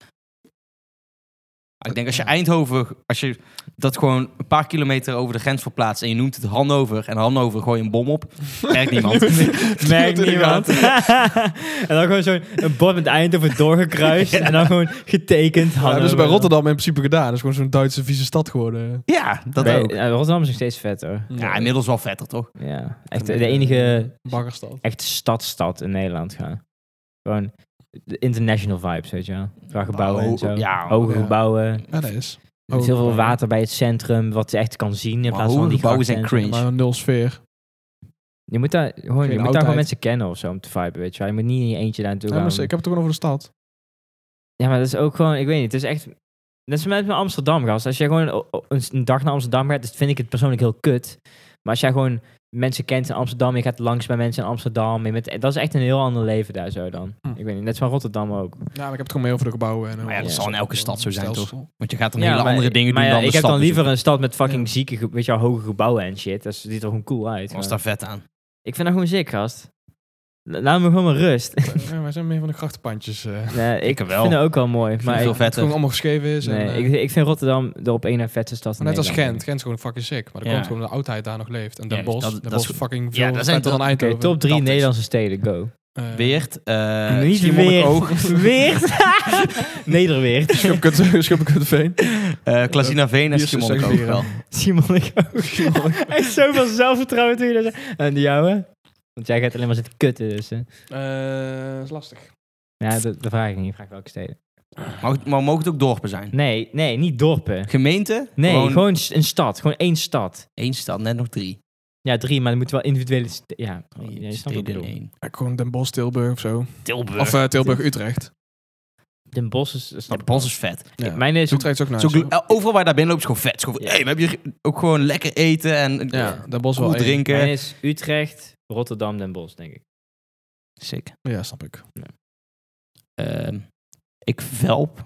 Ik denk als je Ja. Eindhoven, als je dat gewoon een paar kilometer over de grens verplaatst en je noemt het Hannover en Hannover gooi je een bom op, merkt niemand. Merkt niemand. En dan gewoon zo'n een bord met Eindhoven doorgekruist. En dan gewoon getekend. Ja, dat hebben ze bij Rotterdam in principe gedaan. Dat is gewoon zo'n Duitse vieze stad geworden. Ja, dat Nee, ook. Rotterdam is nog steeds vetter. Ja, inmiddels wel vetter, toch? Ja, echt de enige Baggerstad. echt stad in Nederland gaan. Gewoon de international vibes, weet je wel. Qua gebouwen en zo. Ja, Hoge ja. gebouwen. Ja, dat is. Met heel veel water bij het centrum, wat je echt kan zien. In Maar plaats van hoge die gebouwen zijn grachtengten. cringe. Maar een nul sfeer. Je moet daar gewoon, Geen je moet daar oudheid. gewoon mensen kennen of zo om te viben, weet je wel. Je moet niet in je eentje daar naartoe Ja, gaan. maar ik heb het toch gewoon over de stad. Ja, maar dat is ook gewoon, ik weet niet, het is echt... Net als met Amsterdam, gast. Als jij gewoon een dag naar Amsterdam gaat, dan vind ik het persoonlijk heel kut. Maar als jij gewoon mensen kent in Amsterdam, je gaat langs bij mensen in Amsterdam, dat is echt een heel ander leven daar zo dan. Ik weet niet, net van Rotterdam ook. Ja, maar ik heb het gewoon mee over de gebouwen. En Maar ja, dat Ja. zal in elke stad zo zijn, toch? Stelsel. Want je gaat dan Ja, hele maar- andere dingen maar doen ja, dan de ik heb stad dan liever bezoeken. een stad met fucking Ja. zieke, weet je wel, hoge gebouwen en shit. Dat ziet er gewoon cool uit. Wat was maar- daar vet aan? Ik vind dat gewoon ziek, gast. Laat me gewoon maar rust. Ja, wij zijn meer van de grachtenpandjes. Nee, ik wel. vind het ook wel mooi. Maar Maar veel ik, Het vetter. gewoon allemaal geschreven is. nee, en, ik vind Rotterdam de op één na vetste stad in maar net als Nederland. Gent. Gent is gewoon fucking sick. Maar dan Ja. komt gewoon de oudheid daar nog leeft. En Den Ja, Bosch. dat Den is- Bosch is fucking Ja, veel dat zijn vetter dan dat- Eindhoven. Oké, top 3 Dat is- Nederlandse steden, go. Weert, Niet Schiermonnikoog, Weert. Nederweert. Schuppenkuttenveen. Klazinaveen en Hier is de Schiermonnikoog Zegvieren. wel. Simon, ik ook. Echt zoveel zelfvertrouwen toen je dat zei. En die jouwe? Want jij gaat alleen maar zitten kutten, dus... is lastig. Ja, dat vraag ik niet. Ik vraag welke steden. Maar mogen het ook dorpen zijn? Nee, niet dorpen. Gemeente? Nee, gewoon een stad. Gewoon één stad. één stad, net nog 3. Ja, 3, maar er moeten wel individuele... Ja, je snapt wat ik Steden in bedoel. 1. Ja, gewoon Den Bosch, Tilburg of zo. Tilburg. Of Tilburg, Utrecht. Den Bosch is... Ja, de Bos is vet. Ja. Mijn is... Utrecht is ook Zo, nice. overal waar je daar binnen loopt is gewoon vet. Het is gewoon van, Ja. hey, we hebben hier ook gewoon lekker eten en Ja, Den Bosch cool wel één. drinken. Mijn is Utrecht, Rotterdam, Den Bosch, denk ik. Sick. Ja, snap ik. Ik Velp.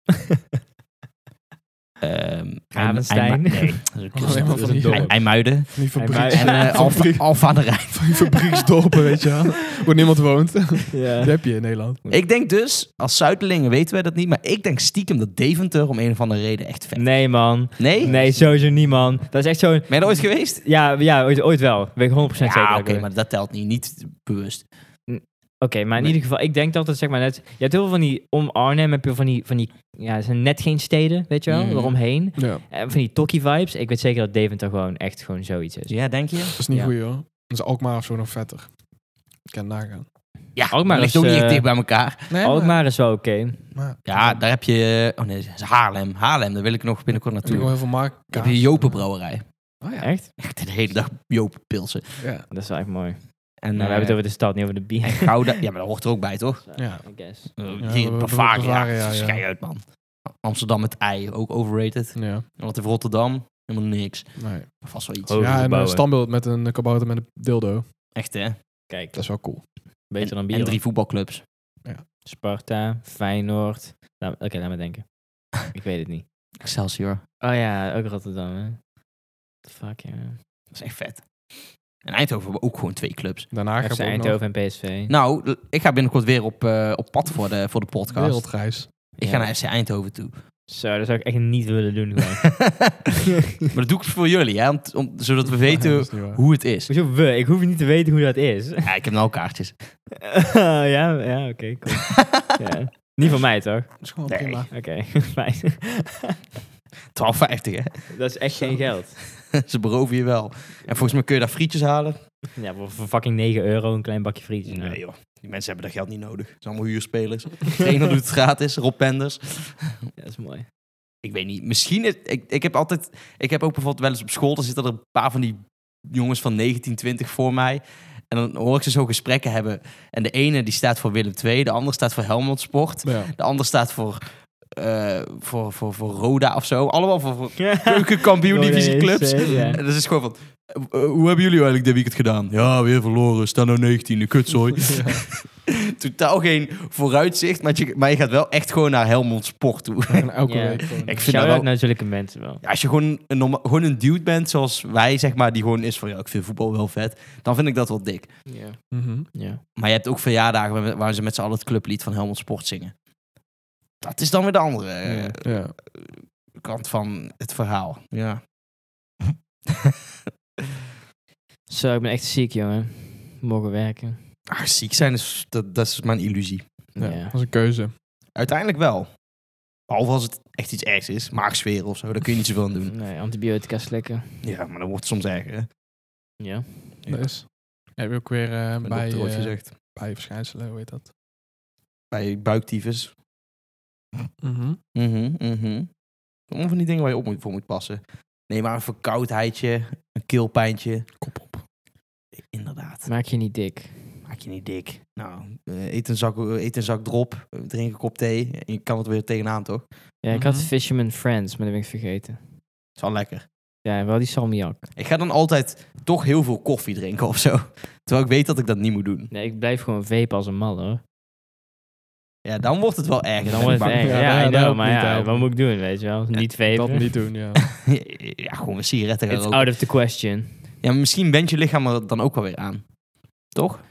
Ravenstein. Nee. Alleen maar van die dorp. IJmuiden. Van die maar- fabrieks, En Alphen aan de Rijn. van die fabrieksdorpen, weet je wel. Waar niemand woont. Ja. Dat heb je in Nederland. Ik denk dus, als Zuiderlingen weten wij dat niet, maar ik denk stiekem dat Deventer om een of andere reden echt vet is. Nee, man. Nee? Nee, sowieso niet, man. Dat is echt zo'n... Ben je er ooit geweest? Ja, ooit wel. Weet ik 100% zeker. Ja, dat oké, ik- maar dat telt niet. Niet bewust. Oké, maar in Nee. ieder geval, ik denk dat het zeg maar net... Je hebt heel veel van die... Om Arnhem heb je van die ja, het zijn net geen steden, weet je wel, Mhm. eromheen. Ja, En van die tokkie vibes. Ik weet zeker dat Deventer gewoon echt gewoon zoiets is. Ja, denk je? dat is niet Ja. goed hoor. Dan is Alkmaar of zo nog vetter. Ik kan nagaan. Ja, Alkmaar maar ligt is, ook niet echt eh, dicht bij elkaar. Nee, Alkmaar is wel oké. maar- Ja, daar heb je... Oh nee, dat is Haarlem. Haarlem, daar wil ik nog binnenkort Er liggen wel naartoe. heel veel mark. Daar heb je Jopenbrouwerij. Oh ja. Echt? Echt de hele dag Jopenpilsen. Ja. Dat is wel echt mooi. En Maar we hebben het over de stad, niet over de en bier. Gouda. Ja, maar dat hoort er ook bij, toch? Ja. I guess. Hier, we- Bavaria. Bavaria, ja. Schei uit, man. Amsterdam met ei, ook overrated. Ja, En wat in Rotterdam? Helemaal niks. nee. Maar vast wel iets. Oh. Ja, en een gebouwen. standbeeld met een kabouter met een dildo. Echt, hè? Kijk, Dat is wel cool. beter dan En bier. 3 voetbalclubs. Sparta, Feyenoord. Oké, laat me denken. Ik weet het niet. Excelsior. Oh ja, ook Rotterdam, hè. Fuck, ja. Dat is echt vet. En Eindhoven hebben ook gewoon 2 clubs. Daarna FC gaan we ook nog Eindhoven en PSV. Nou, ik ga binnenkort weer op pad voor de podcast. wereldreis. Ik ga naar FC Eindhoven toe. Zo, dat zou ik echt niet willen doen. Gewoon. Maar dat doe ik voor jullie, hè? Zodat we Ja, weten dat is niet waar. hoe het is. Hoezo we? Ik hoef niet te weten hoe dat is. Ja, ik heb nou kaartjes. Ja, oké, cool. Ja. Niet van mij, toch? Dat is gewoon Nee. prima. Oké, fijn. 12,50 hè? Dat is echt geen geld. Ze beroven je wel. En volgens mij kun je daar frietjes halen. Ja, voor fucking €9 een klein bakje frietjes. Nou. Nee joh, die mensen hebben dat geld niet nodig. Het zijn allemaal huurspelers. De trainer doet het gratis, Rob Penders. Dat is mooi. Ik weet niet, misschien... Ik heb ook bijvoorbeeld wel eens op school, dan zitten er een paar van die jongens van 19, 20 voor mij. En dan hoor ik ze zo gesprekken hebben. En de ene die staat voor Willem II, de ander staat voor Helmond Sport. Ja. De ander staat voor voor Roda of zo. Allemaal voor keukenkampioen-divisieclubs. Ja. En dat is gewoon van... hoe hebben jullie eigenlijk dit weekend gedaan? Ja, weer verloren. Staan nou 19e. Kutzooi. Totaal geen vooruitzicht. Maar je gaat wel echt gewoon naar Helmond Sport toe. Elke Ja. week gewoon. Ik vind dat Shout-out wel... naar zulke mensen wel. Ja, als je gewoon een dude bent zoals wij, zeg maar, die gewoon is van... Ja, ik vind voetbal wel vet. Dan vind ik dat wel dik. Ja. Mhm. Ja. Maar je hebt ook verjaardagen waar ze met z'n allen het clublied van Helmond Sport zingen. Dat is dan weer de andere Ja. kant van het verhaal. Ja. Zo, ik ben echt ziek, jongen. Morgen werken. Ziek zijn, dat is mijn illusie. Ja, Ja. dat is een keuze. Uiteindelijk wel. Behalve als het echt iets ergs is. Maagsfeer of zo, daar kun je niet zoveel aan doen. Nee, antibiotica slikken. Ja, maar dan wordt het soms erger. Hè? Ja. Ja. Dus. Heb je ook weer Mijn dokter ooit gezegd. bij verschijnselen, hoe heet dat? Bij buiktyfus. Mhm. Allemaal van die dingen waar je voor moet passen. Nee, maar een verkoudheidje, een keelpijntje. Kop op. Inderdaad. Maak je niet dik. Maak je niet dik. Nou, eet een zak drop, drink een kop thee. En je kan het weer tegenaan, toch? Ja, ik had Mhm. Fisherman Friends, maar dat ben ik vergeten. Is wel lekker. Ja, wel die salmiak. Ik ga dan altijd toch heel veel koffie drinken of zo. Terwijl ik weet dat ik dat niet moet doen. Nee, ik blijf gewoon vapen als een mal, hoor. Ja, dan wordt het wel erger. Dan ben wordt ik het bang. erg. Ja, Ja, dat I know, helpt maar niet, ja, helpt wat niet. moet ik doen, weet je wel? Niet vapen. Dat niet doen, ja. Ja, gewoon een sigaretten gaan It's roken. out of the question. Ja, maar misschien bent je lichaam er dan ook wel weer aan. Toch?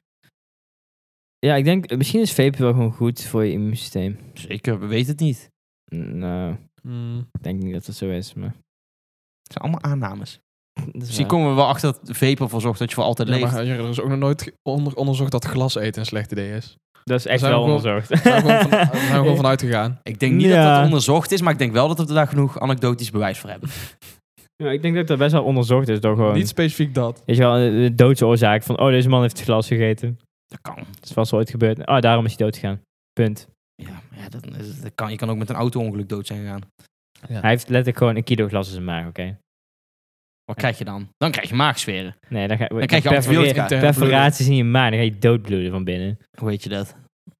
Ja, ik denk, misschien is vapen wel gewoon goed voor je immuunsysteem. Zeker, we weten het niet. Nou, Mm. ik denk niet dat het zo is, maar... Het zijn allemaal aannames. dat is Misschien waar. komen we wel achter dat vape ervoor zorgt dat je voor altijd Ja, leeft. maar er is ook nog nooit onderzocht dat glas eten een slecht idee is. Dat is echt zijn wel we gewoon- onderzocht. Daar zijn we gewoon van uitgegaan. Ik denk niet Ja. dat dat onderzocht is, maar ik denk wel dat we daar genoeg anekdotisch bewijs voor hebben. Ja, ik denk dat dat best wel onderzocht is door gewoon... Niet specifiek dat. Weet je wel, de doodsoorzaak van... Oh, deze man heeft het glas gegeten. Dat kan. Dat is vast wel ooit gebeurd. Oh, daarom is hij dood gegaan. Punt. Ja, dat kan. Je kan ook met een auto-ongeluk dood zijn gegaan. Hij heeft letterlijk gewoon een kilo glas in zijn maag, oké? Wat krijg je dan? Dan krijg je maagsferen. Nee, dan Dan krijg je antibiotica. perforaties in je maag. Dan ga je doodbloeden van binnen. Hoe weet je dat?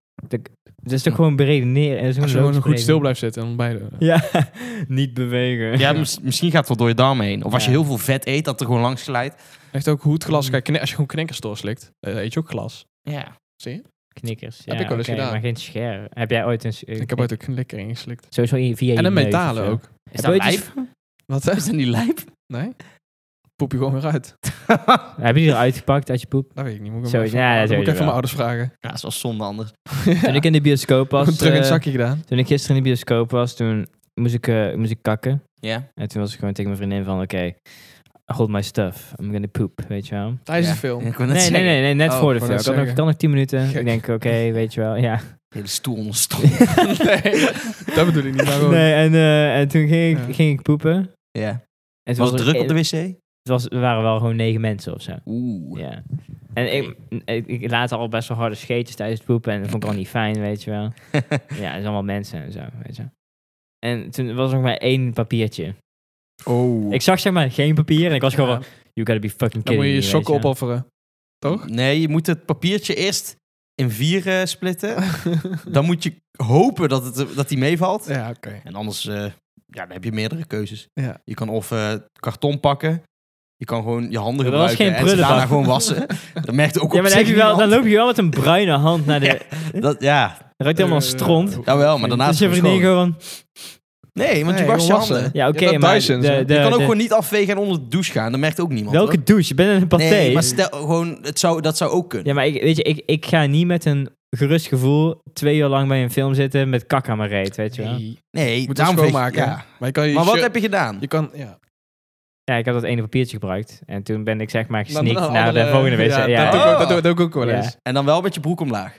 Het is toch gewoon beredeneren. Het is Als je logisch gewoon goed stil beredeneren. blijft zitten en beide. Ja, niet bewegen. Ja, misschien gaat het wel door je darmen heen. Of als je Ja. heel veel vet eet, dat er gewoon langs glijdt. Echt ook goed glas. Kijk, als je gewoon knikkers doorslikt, eet je ook glas. Ja. Zie je? Knikkers. Heb Ja, ik wel eens oké, gedaan. Maar geen scher. Heb jij ooit een... Ik heb ooit ook een knikker ingeslikt. Sowieso via je En een neus metalen of zo. ook. Is Heb dat je ooit lijp? Wat hè? Is dat niet lijp? Nee? Poep je gewoon weer uit. Heb je die eruit gepakt uit je poep? Dat weet ik niet. Moet ik Zo, hem even, ja, dan moet ik sowieso even mijn wel. ouders vragen. Ja, dat is wel zonde anders. Toen ik in de bioscoop was... Terug in het zakje gedaan. Toen ik gisteren in de bioscoop was, toen moest ik kakken. Ja? En toen was ik gewoon tegen mijn vriendin van... Oké, hold my stuff. I'm gonna poop, weet je wel. Tijdens Ja. de film. Ik wou net Nee, zeggen. nee, net Oh, voor de ik wou film. net Ik had nog, zeggen. ik had nog 10 minuten. Gek. Ik denk, oké, weet je wel, ja. De hele stoel onder stond. Nee, dat bedoel ik niet. Maar gewoon. Nee, en toen Ja. ging ik poepen. Ja. En toen Was het er- druk op de wc? Er waren wel gewoon 9 mensen of zo. Oeh. Ja. En ik laat al best wel harde scheetjes tijdens het poepen. En dat vond ik al niet fijn, weet je wel. Ja, er zijn allemaal mensen en zo, weet je. En toen was er nog maar 1 papiertje. Oh. Ik zag zeg maar geen papier. En ik was gewoon Ja. van, you gotta be fucking Dan kidding moet je me, je weet sokken wel. opofferen. Toch? Nee, je moet het papiertje eerst in 4 splitten. Dan moet je hopen dat die meevalt. Ja, oké. En anders dan heb je meerdere keuzes. Ja. Je kan of karton pakken. Je kan gewoon je handen Dat was gebruiken geen en ze daarna prullenbak. gewoon wassen. Dat merkt ook Ja, op maar dan, zich heb je wel, dan niemand. loop je wel met een bruine hand naar de... Ja, Dan ruikt helemaal stront. jawel, maar daarna Dus is je het vriendin gewoon gewoon... Nee, want je Nee, wast je gewoon wassen. handen. Ja, oké, Je hebt maar... Dyson, zo. Je kan ook gewoon niet afvegen en onder de douche gaan. Dat merkt ook niemand. Welke hoor. douche? Je bent in een paté. Nee, maar stel gewoon, dat zou ook kunnen. Ja, maar weet je, ik ga niet met een gerust gevoel 2 uur lang bij een film zitten met kak aan mijn reet, weet je wel. Nee. Nee, Moet het daarom veeg- schoonmaken. Ja. Maar, je kan je Maar wat shirt- heb je gedaan? Je kan, ja. Ja, ik had dat ene papiertje gebruikt. En toen ben ik zeg maar Dan gesneakt een naar andere- de volgende wc. Ja, Ja, dat doe ik ook wel Ja. eens. En dan wel met je broek omlaag.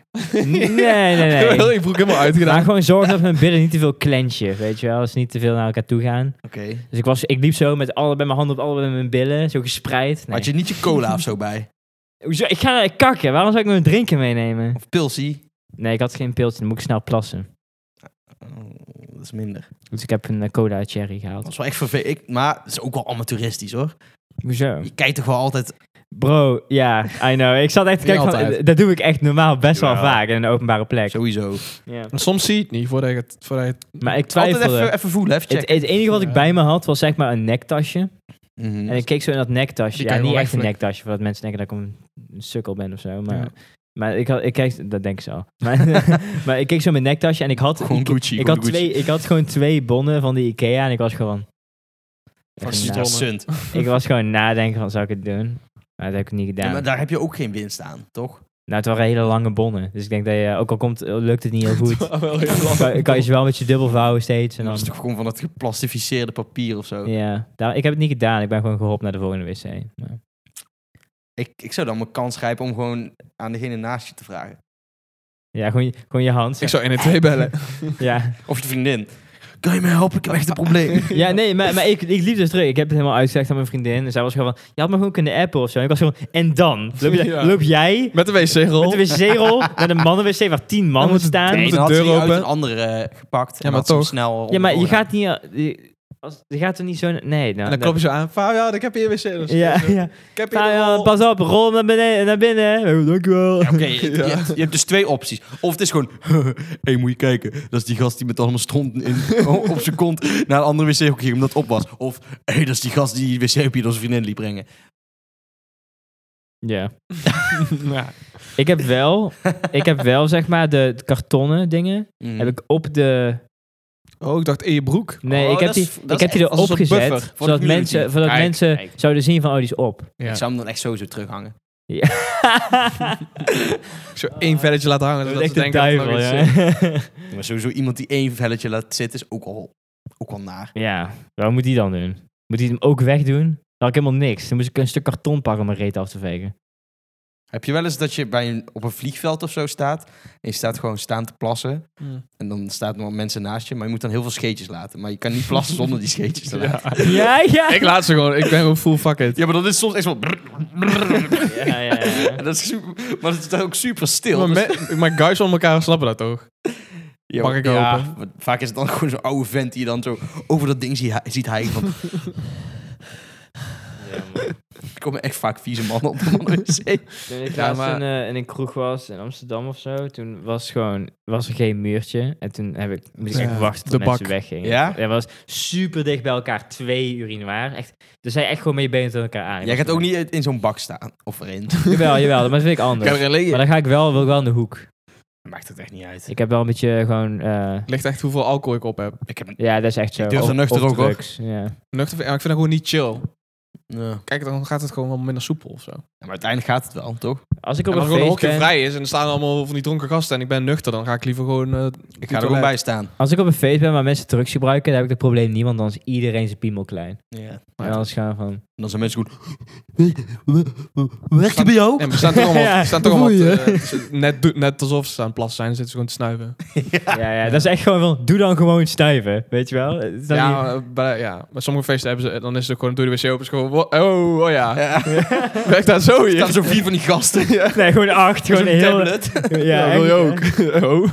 Nee. Ik broek helemaal uitgedaan. Maar gewoon zorgen dat mijn billen niet te veel clenchen, weet je wel. Als ze niet te veel naar elkaar toe gaan. Oké. Dus ik liep zo met mijn handen op allebei mijn billen, zo gespreid. Nee. Had je niet je cola of zo bij? Hoezo? Ik ga kakken. Waarom zou ik nog een drinken meenemen? Of pilsie? Nee, ik had geen piltje. Dan moet ik snel plassen. Oh, dat is minder. Dus ik heb een cola cherry gehaald. Dat is wel echt vervelend. Maar het is ook wel amateuristisch hoor. Hoezo? Je kijkt toch wel altijd... Bro, ja, I know. Ik zat echt te Niet kijken van, altijd. dat doe ik echt normaal best wel Jawel. vaak in een openbare plek. Sowieso. Ja. Maar soms zie je het niet voordat je het... Maar ik Altijd twijfelde. even voelen, even checken. Het enige wat ik bij me had was zeg maar een nektasje. Mhm. En ik keek zo in dat nektasje. Die Ja, kan je niet wel echt een wegflikken. nektasje, voordat mensen denken dat ik een sukkel ben of zo. Maar, Ja. maar ik keek, dat denk ik zo. Maar ik keek zo in mijn nektasje en ik had, Gewoon Gucci. ik had gewoon 2 bonnen van de Ikea en ik was gewoon... Fucking na- stom. Sunt. ik was gewoon nadenken van, zou ik het doen? Maar dat heb ik niet Ja, gedaan. maar daar heb je ook geen winst aan, toch? Nou, het waren hele lange bonnen. Dus ik denk dat je, ook al lukt het niet heel goed, Wel heel lang. kan je ze wel met je dubbel vouwen steeds. En Dat dan, is toch gewoon van dat geplastificeerde papier of zo. ja, ik heb het niet gedaan. Ik ben gewoon geholpen naar de volgende wc. Maar- Ik zou dan mijn kans grijpen om gewoon aan degene naast je te vragen. ja, gewoon je hand. Ik zou 112 bellen. Ja. Of je vriendin. Kan je me helpen? Ik heb echt een probleem. Ja, nee, maar ik liep dus terug. Ik heb het helemaal uitgezegd aan mijn vriendin. En zij was gewoon van, je had me gewoon kunnen appen of zo. En ik was gewoon, en dan? Ja. Loop jij Met de wc-rol. met de wc-rol naar de mannenwc waar 10 mannen moet het- staan? Nee, moet dan de had ze deur die uit open. een andere gepakt. Ja, en maar had ze hem toch. snel Ja, maar je omhoog gaat niet... Je gaat er niet zo... Nee, nou... En dan klop je zo aan. Fabian, ik heb hier wc. Ja, ja. Ik heb hier Nou een ja, rol. pas op, rol naar binnen. Oh, dankjewel. gedaan. Oké, je, Ja. je hebt dus 2 opties. Of het is gewoon... Hé, moet je kijken. Dat is die gast die met allemaal stront op zijn kont naar een andere wc ging omdat het op was. Of... Hé, dat is die gast die wc op je door zijn vriendin liet brengen. Ja. Ja. Ik heb wel, zeg maar, de kartonnen dingen. Mhm. Heb ik op de... Oh, ik dacht in je broek. Nee, Oh, ik heb dat die, is- dat ik is heb die echt als een erop soort gezet. buffer voor de Zodat community. mensen, Kijk, kijk. zouden zien van, oh, die is op. Ja. Ik zou hem dan echt sowieso terughangen. Ja. Zo 1 velletje laten hangen. Dat zodat is ze echt de denken dat het duivel, nog iets is. ja. Maar sowieso iemand die 1 velletje laat zitten is ook al naar. Ja, wat moet die dan doen? Moet hij hem ook wegdoen? Dan had ik helemaal niks. Dan moest ik een stuk karton pakken om mijn reet af te vegen. Heb je wel eens dat je op een vliegveld of zo staat en je staat gewoon staan te plassen Hmm. en dan staan er mensen naast je, maar je moet dan heel veel scheetjes laten. Maar je kan niet plassen zonder die scheetjes te laten. Ja. Ja. Ik laat ze gewoon. Ik ben gewoon full fuck it. Ja, maar dat is soms echt wel... Ja. En dat is super, maar het is ook super stil. Maar, Dus- maar guys onder elkaar snappen dat toch? Ja, mag ik ja, hopen. maar vaak is het dan gewoon zo'n oude vent die je dan zo over dat ding ziet hijgen van... Er komen echt vaak vieze mannen op de mannenwc. Toen ik Ja, laatst maar- in een kroeg was in Amsterdam of zo, toen was er geen muurtje. En toen moest ik echt Ja, wachten de tot mensen bak. weggingen. Ja? Er was super dicht bij elkaar, 2 urinoirs. Echt, dus zij echt gewoon met je benen tegen elkaar aan. Jij gaat ook niet in zo'n bak staan. Of erin. Jawel, maar dat vind ik Kan anders. erin liggen. Maar dan wil ik wel in de hoek. Maakt het echt niet uit. Ik heb wel een beetje gewoon... Ligt echt hoeveel alcohol ik op heb. Ik heb... ja, dat is echt zo. Ik durf Of- er nuchter of ook, hoor. drugs, ja. Nuchter, ja, ik vind dat gewoon niet chill. Ja. Kijk, dan gaat het gewoon wel minder soepel of zo. Maar uiteindelijk gaat het wel, toch? Als ik En op als een gewoon een feest hokje ben... vrij is en er staan allemaal van die dronken gasten en ik ben nuchter, dan ga ik liever gewoon... Ik ga er gewoon bij staan. Als ik op een feest ben waar mensen drugs gebruiken, dan heb ik het probleem niet, want dan is iedereen zijn piemel klein. Ja. En dan is gaan van... En dan zijn mensen gewoon... Werkt die bij jou? En we staan toch allemaal, Ja, we staan toch allemaal voel je? net alsof ze aan het plassen zijn, dan zitten ze gewoon te snuiven. Ja, dat is echt gewoon van, doe dan gewoon stuiven, weet je wel? Het is dan niet- Ja, bij sommige feesten hebben ze, dan is het gewoon door de wc open, is gewoon, oh ja, Ja. werkt dat zo Er hier? staan zo 4 van die gasten. Ja. Nee, gewoon 8, gewoon Zo'n heel... tablet. Ja, wil je echt, ook? Oh.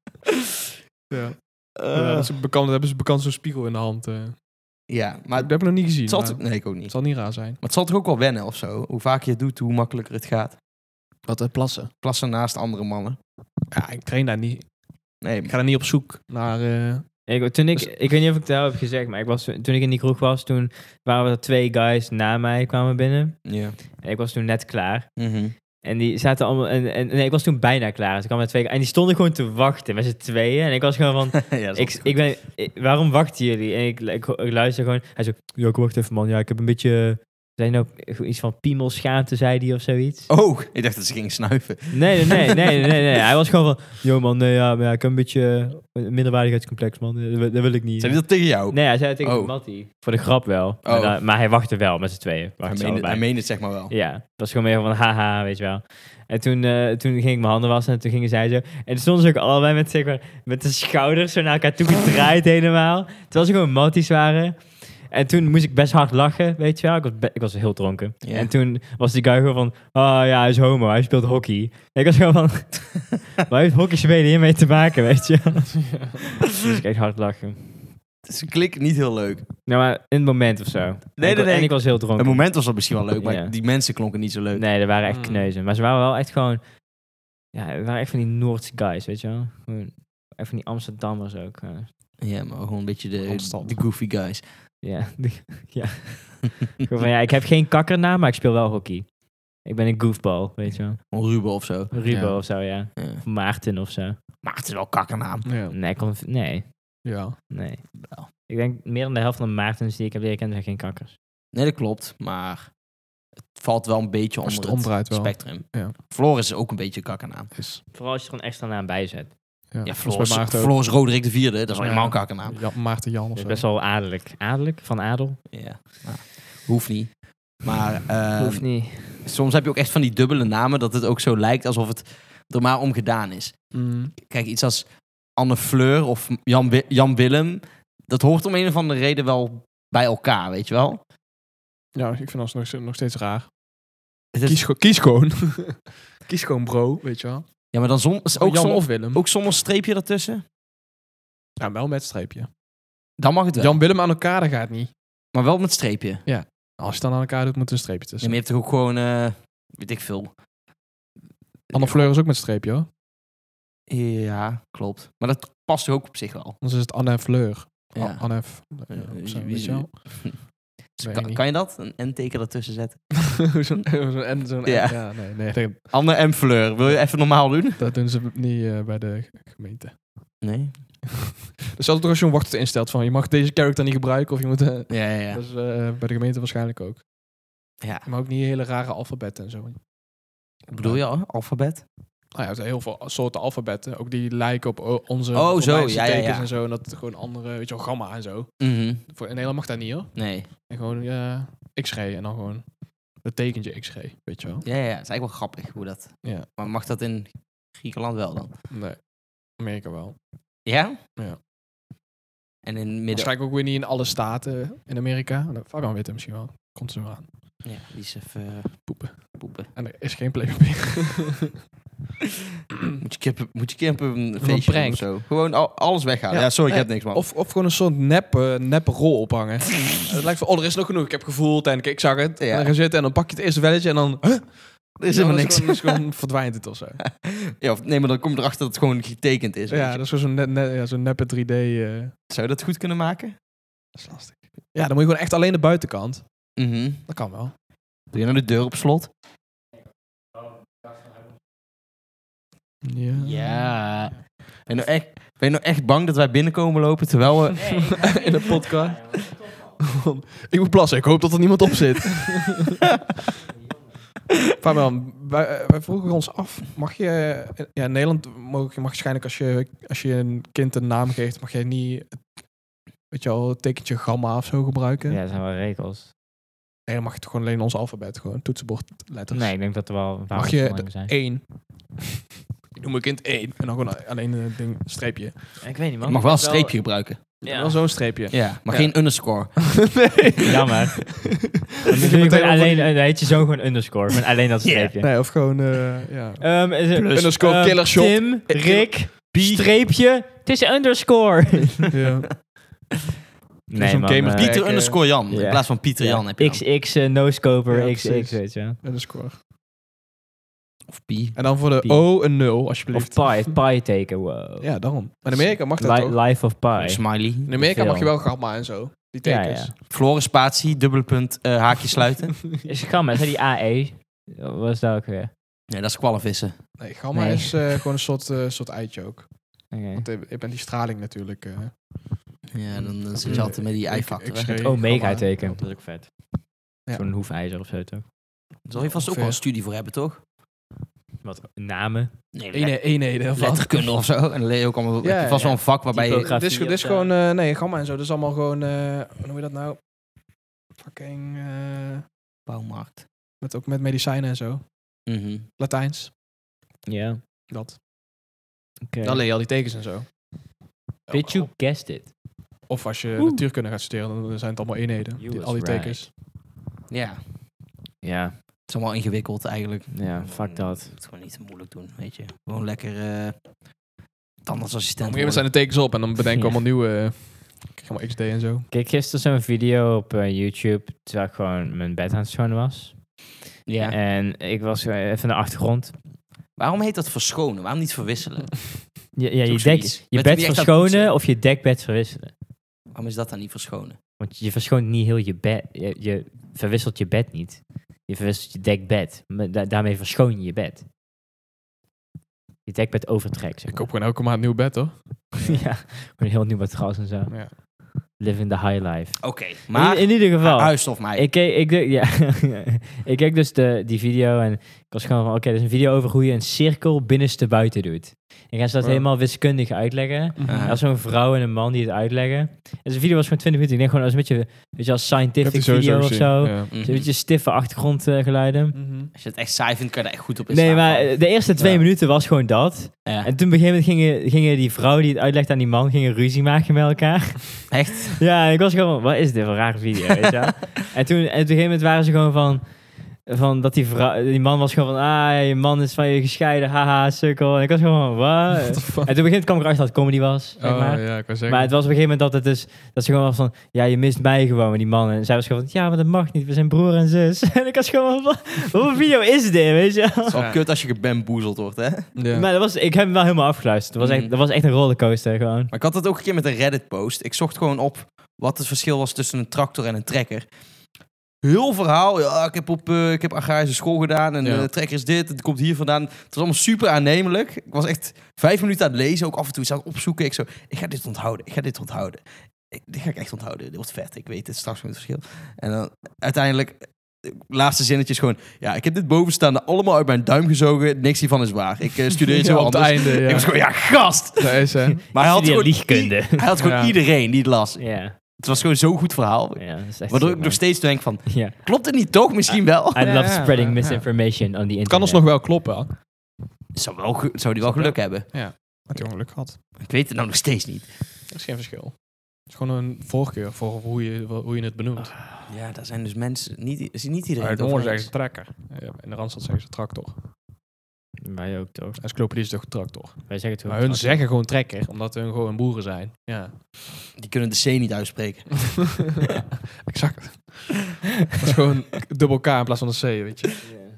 Ja. Ja, dat hebben ze bekend zo'n spiegel in de hand. Ja, maar Dat heb ik nog niet gezien. het zal... Maar Nee, ik ook niet. het zal niet raar zijn. Maar het zal toch ook wel wennen of zo? Hoe vaker je het doet, hoe makkelijker het gaat. Wat plassen? Plassen naast andere mannen. Ja, ik train daar niet. Nee, Ik ga daar niet op zoek naar... Ik weet niet of ik het al heb gezegd, maar toen ik in die kroeg was, toen waren er 2 guys na mij kwamen binnen. ja. En ik was toen net klaar. Mhm. En die zaten allemaal... Nee, ik was toen bijna klaar. Dus ik kwam met 2 en die stonden gewoon te wachten met z'n tweeën. En ik was gewoon van... Ja, dat is waarom wachten jullie? En ik luister gewoon... Hij zo... Ja, ik wacht even, man. Ja, ik heb een beetje... Zijn nou iets van piemelschaamte, zei hij of zoiets? Oh, ik dacht dat ze gingen snuiven. Nee. Hij was gewoon van... Yo, man, nee, ja, maar ja, ik heb een beetje een minderwaardigheidscomplex, man. Dat wil ik niet. Zei hij dat tegen jou? Nee, hij zei het tegen Oh. Mattie. Voor de grap wel. Oh. Maar hij wachtte wel met z'n tweeën. Hij meende het zeg maar wel. Ja, dat was gewoon meer van haha, weet je wel. En toen ging ik mijn handen wassen en toen gingen zij zo. En toen stonden ze ook allebei met, zeg maar, met de schouders zo naar elkaar toe gedraaid helemaal. Terwijl ze gewoon matties waren. En toen moest ik best hard lachen, weet je wel. Ik was heel dronken. Ja. En toen was die guy gewoon van... Ah ja, hij is homo, hij speelt hockey. En ik was gewoon van... Waar heeft hockey spelen hiermee te maken, weet je wel? Dus ik echt hard lachen. Het klinkt niet heel leuk. Nou, maar in het moment of zo. Nee. En ik was heel dronken. Het moment was dat misschien wel leuk, maar Ja. die mensen klonken niet zo leuk. Nee, dat waren echt kneuzen. Maar ze waren wel echt gewoon... Ja, het waren echt van die Noordse guys, weet je wel. Gewoon echt van die Amsterdammers ook. Ja, maar gewoon een beetje Randstad. de goofy guys. Ja, ja. Gewoon van, ja, ik heb geen kakkernaam, maar ik speel wel hockey. Ik ben een goofball, weet je wel. Gewoon Ruben of zo. Ruben Ja. of zo, ja. Ja. Of Maarten of zo. Maar het is wel kakkernaam. Ja. Nee. Ja. Wel. Ik denk meer dan de helft van de Maartens die ik heb leren kennen zijn geen kakkers. Nee, dat klopt. Maar het valt wel een beetje Als je onder het omdraait het wel. spectrum. Ja. Floris is ook een beetje een kakkernaam. Vooral als je er gewoon extra naam bij zet. Ja, dat is bij Maarten ook. Floris Roderick IV, dat is al Ja. helemaal een kakkernaam. Ja, Maarten Jan of Dat is zo. best wel adellijk. Adellijk? Van adel? Ja. Nou, hoeft niet. Maar Hoeft niet. soms heb je ook echt van die dubbele namen dat het ook zo lijkt alsof het er maar om gedaan is. Mm. Kijk, iets als Anne Fleur of Jan Willem, dat hoort om een of andere reden wel bij elkaar, weet je wel? Ja, ik vind dat nog steeds raar. Het is, Kies gewoon. Kies gewoon bro, weet je wel. ja, maar dan ook, Jan of Willem. ook zonder streepje ertussen. Ja, wel met streepje. Dan mag het wel. Jan Willem aan elkaar, dat gaat niet. Maar wel met streepje. Als je het dan aan elkaar doet, moet er een streepje Ja, tussen. maar je hebt toch ook gewoon, weet ik veel. Anne Fleur is ook met streepje, hoor. Ja, klopt. Maar dat past toch ook op zich wel. Anders is het Anne en Fleur. Ja. Anne F... of zo, weet je wel. Weet ik niet. Kan je dat? Een N-teken ertussen zetten? zo'n N. Ja. Ja, nee, Anne en Fleur. Wil je even normaal doen? dat doen ze niet bij de gemeente. Nee. Dus altijd als je een wachtwoord instelt van je mag deze character niet gebruiken of je moet... Ja. Dat is bij de gemeente waarschijnlijk ook. Ja. Maar ook niet hele rare alfabetten en zo. Bedoel je al? Alfabet? Nou ja, er zijn heel veel soorten alfabetten. Ook die lijken op onze Oh, zo. Romeinse Ja. tekens en zo. En dat gewoon andere, weet je wel, gamma en zo. Mhm. In Nederland mag dat niet, hoor. Nee. En gewoon x-ray en dan gewoon het tekentje x-ray, weet je wel. Ja, het is eigenlijk wel grappig hoe dat... Ja. Maar mag dat in Griekenland wel dan? Nee, Amerika wel. Ja? Ja. En in midden... Waarschijnlijk ook weer niet in alle staten in Amerika. Dat Fabian weet het misschien wel. Komt ze wel aan. Ja, die is even poepen. En er is geen Playmobil. Moet je een keer op een feestje prank. doen of zo. Gewoon alles weghalen. Ja, Ja, sorry, ik nee, heb niks, man. Of gewoon een soort neppe rol ophangen. Het lijkt van, er is nog genoeg. Ik heb gevoeld en ik zag het. Ja. En dan ga je zitten en dan pak je het eerste velletje en dan... Huh? er is helemaal niks. Gewoon verdwijnt het of zo. Ja, nee, maar dan kom je erachter dat het gewoon getekend is. weet Ja, je. dat is gewoon zo'n neppe 3D. Zou je dat goed kunnen maken? Dat is lastig. Ja, dan moet je gewoon echt alleen de buitenkant. Mhm. Dat kan wel. Doe je nou de deur op slot? Ja. Ben je nou echt bang dat wij binnenkomen lopen terwijl we... In de podcast. Ik moet plassen. Ik hoop dat er niemand op zit. Fabian, wij vroegen ons af. Mag je... Ja, in Nederland mag je waarschijnlijk als je een kind een naam geeft, mag je niet... Weet je wel, het tekentje gamma of zo gebruiken. Ja, dat zijn wel regels. Nee, dan mag je het gewoon alleen ons alfabet. Gewoon toetsenbordletters. Nee, ik denk dat er wel Mag je belangen zijn. 1. Ik noem mijn kind 1. En dan gewoon alleen een ding, streepje. Ik weet niet, man. Je mag wel een streepje gebruiken. Ja. Wel zo'n streepje. Ja, maar Ja. geen underscore. Nee. Jammer. Dan je doe je meteen gewoon over alleen, die- dan heet je zoon gewoon underscore. Gewoon alleen dat streepje. Nee, of gewoon, ja. Is het, Underscore killer shot. Tim, Rick, streepje, het is een underscore. ja. Nee, zo'n man. gamer- Pieter underscore Jan. ja. In plaats van Pieter Jan heb je dan. XX, no-scoper, Ja, XX, precies. weet je. Underscore. Of Pi. En dan voor de Pi. O een 0, Of alsjeblieft. pi teken, wow. Ja, daarom. Maar in Amerika mag dat toch? Life of pi. Smiley. In Amerika mag je Film. wel gamma en zo. Die Ja, tekens. ja. Floris spatie, dubbele punt, haakje sluiten. Is gamma, is dat die AE? Wat is dat ook weer? Nee, dat is kwallenvissen. Nee, gamma Nee. is gewoon een soort eitje ook. Oké. Want ik ben die straling natuurlijk. Ja, dan zit je altijd met die ei-factor. hè. X-ray, Omega gamma. teken, dat is ook vet. Ja. Zo'n hoefijzer of zo, toch? Daar zal je vast ook wel een studie voor hebben, toch? Wat, namen? Nee, Eenheden of wat? letterkunde of zo. En dan leer je ook allemaal... Ja, heb je vast ja. wel een vak waarbij je... Typografie. Dit is of gewoon, zo. nee, gamma en zo. Dat is allemaal gewoon, hoe noem je dat nou? Fucking, Bouwmarkt. ook met medicijnen en zo. Mhm. Latijns. Ja. Dat. Oké. Dan leer je al die tekens en zo. Did you guessed it? Of als je natuurkunde gaat studeren, dan zijn het allemaal eenheden. You was Al die right. tekens. Ja, Ja. het is allemaal ingewikkeld eigenlijk. Ja, fuck dat. Je moet het gewoon niet te moeilijk doen, weet je. Gewoon lekker tandartsassistent Op een gegeven moment zijn de tekens op en dan bedenken we Ja. allemaal nieuwe... Helemaal XD en zo. Kijk, gisteren zo'n video op YouTube, terwijl ik gewoon mijn bed aan het schonen was. Ja. En ik was even de achtergrond. Waarom heet dat verschonen? Waarom niet verwisselen? Ja, is je ook zoiets. je Met bed wie echt aan het verschonen poetsen? of je dekbed verwisselen. Waarom is dat dan niet verschonen? Want je verschoont niet heel je bed. Je verwisselt je bed niet. Je verwisselt je dekbed. Maar daarmee verschoon je je bed. Je dekbed overtrekt, zeg Ik maar. koop gewoon elke maand een nieuw bed, hoor. Ja, gewoon een heel nieuw matras en zo. Ja. Living the high life. Oké, maar in ieder geval. huisstof mij. Ik keek dus die video en ik was gewoon van, oké, er is een video over hoe je een cirkel binnenste buiten doet. En gaan ze dat Wow. helemaal wiskundig uitleggen. Mhm. Ah. Er was zo'n vrouw en een man die het uitleggen. En de video was gewoon 20 minuten. Ik denk gewoon, als een beetje, weet je, als Ik heb scientific die sowieso video of gezien. zo. Ja. Zo'n beetje stiffe achtergrondgeluiden. Mhm. Als je het echt saai vindt, kan je er echt goed op in Nee, staan. maar de eerste 2 Ja. minuten was gewoon dat. Ja. En toen op een gegeven moment gingen die vrouw die het uitlegt aan die man, gingen ruzie maken met elkaar. Echt? Ja, en ik was gewoon, wat is dit voor een rare video, weet je wel? En toen op een gegeven moment waren ze gewoon van dat die man was gewoon van, je man is van je gescheiden, haha, sukkel. En ik was gewoon van, wat? What the fuck? En toen op een gegeven moment kwam ik erachter dat het comedy was, zeg Oh, maar. ja, ik wou zeggen. Maar het was op een gegeven moment dat ze gewoon was van, ja, je mist mij gewoon, met die man. En zij was gewoon van, ja, maar dat mag niet, we zijn broer en zus. En ik was gewoon van, wat voor video is dit, weet je wel? Het is wel Ja. kut als je gebamboezeld wordt, hè? Ja. Maar ik heb hem wel helemaal afgeluisterd. Dat was echt een rollercoaster gewoon. Maar ik had het ook een keer met een Reddit-post. Ik zocht gewoon op wat het verschil was tussen een tractor en een trekker. Heel verhaal. Ja, ik heb agrarische school gedaan en Ja. de trekker is dit, het komt hier vandaan. Het was allemaal super aannemelijk. Ik was echt 5 minuten aan het lezen, ook af en toe. Ik zat opzoeken. Ik ga dit onthouden. Dit ga ik echt onthouden. Dit wordt vet. Ik weet het straks met het verschil. En dan uiteindelijk, laatste zinnetje is gewoon, ja, ik heb dit bovenstaande allemaal uit mijn duim gezogen. Niks hiervan is waar. Ik studeer iets Ja, heel op het anders. einde, ja. Ik was gewoon, ja, gast! Dat is, hè. Maar hij had Studeer gewoon, liegkunde. hij had gewoon Ja. iedereen die het las. Ja, Het was gewoon zo'n goed verhaal. ja, dat is echt Waardoor zo, ik nog man. steeds denk van, Ja. klopt het niet toch? Misschien wel. I love Ja, spreading ja. misinformation on the internet. Het kan alsnog wel kloppen, hè. Zou die wel geluk hebben? Had hij ongeluk gehad. Ik weet het nou nog steeds niet. Dat is geen verschil. Het is gewoon een voorkeur voor hoe je het benoemt. Ja, daar zijn dus mensen, niet iedereen Uit het Noorden over zeggen eens. ze trekker. Ja, in de Randstad zeggen ze tractor. Wij ook toch? Encyclopedie is toch tractor. Wij zeggen het Maar hun zeggen gewoon trekker, omdat hun gewoon boeren zijn. Ja. Die kunnen de C niet uitspreken. Exact. Dat is gewoon dubbel K in plaats van een C, weet je.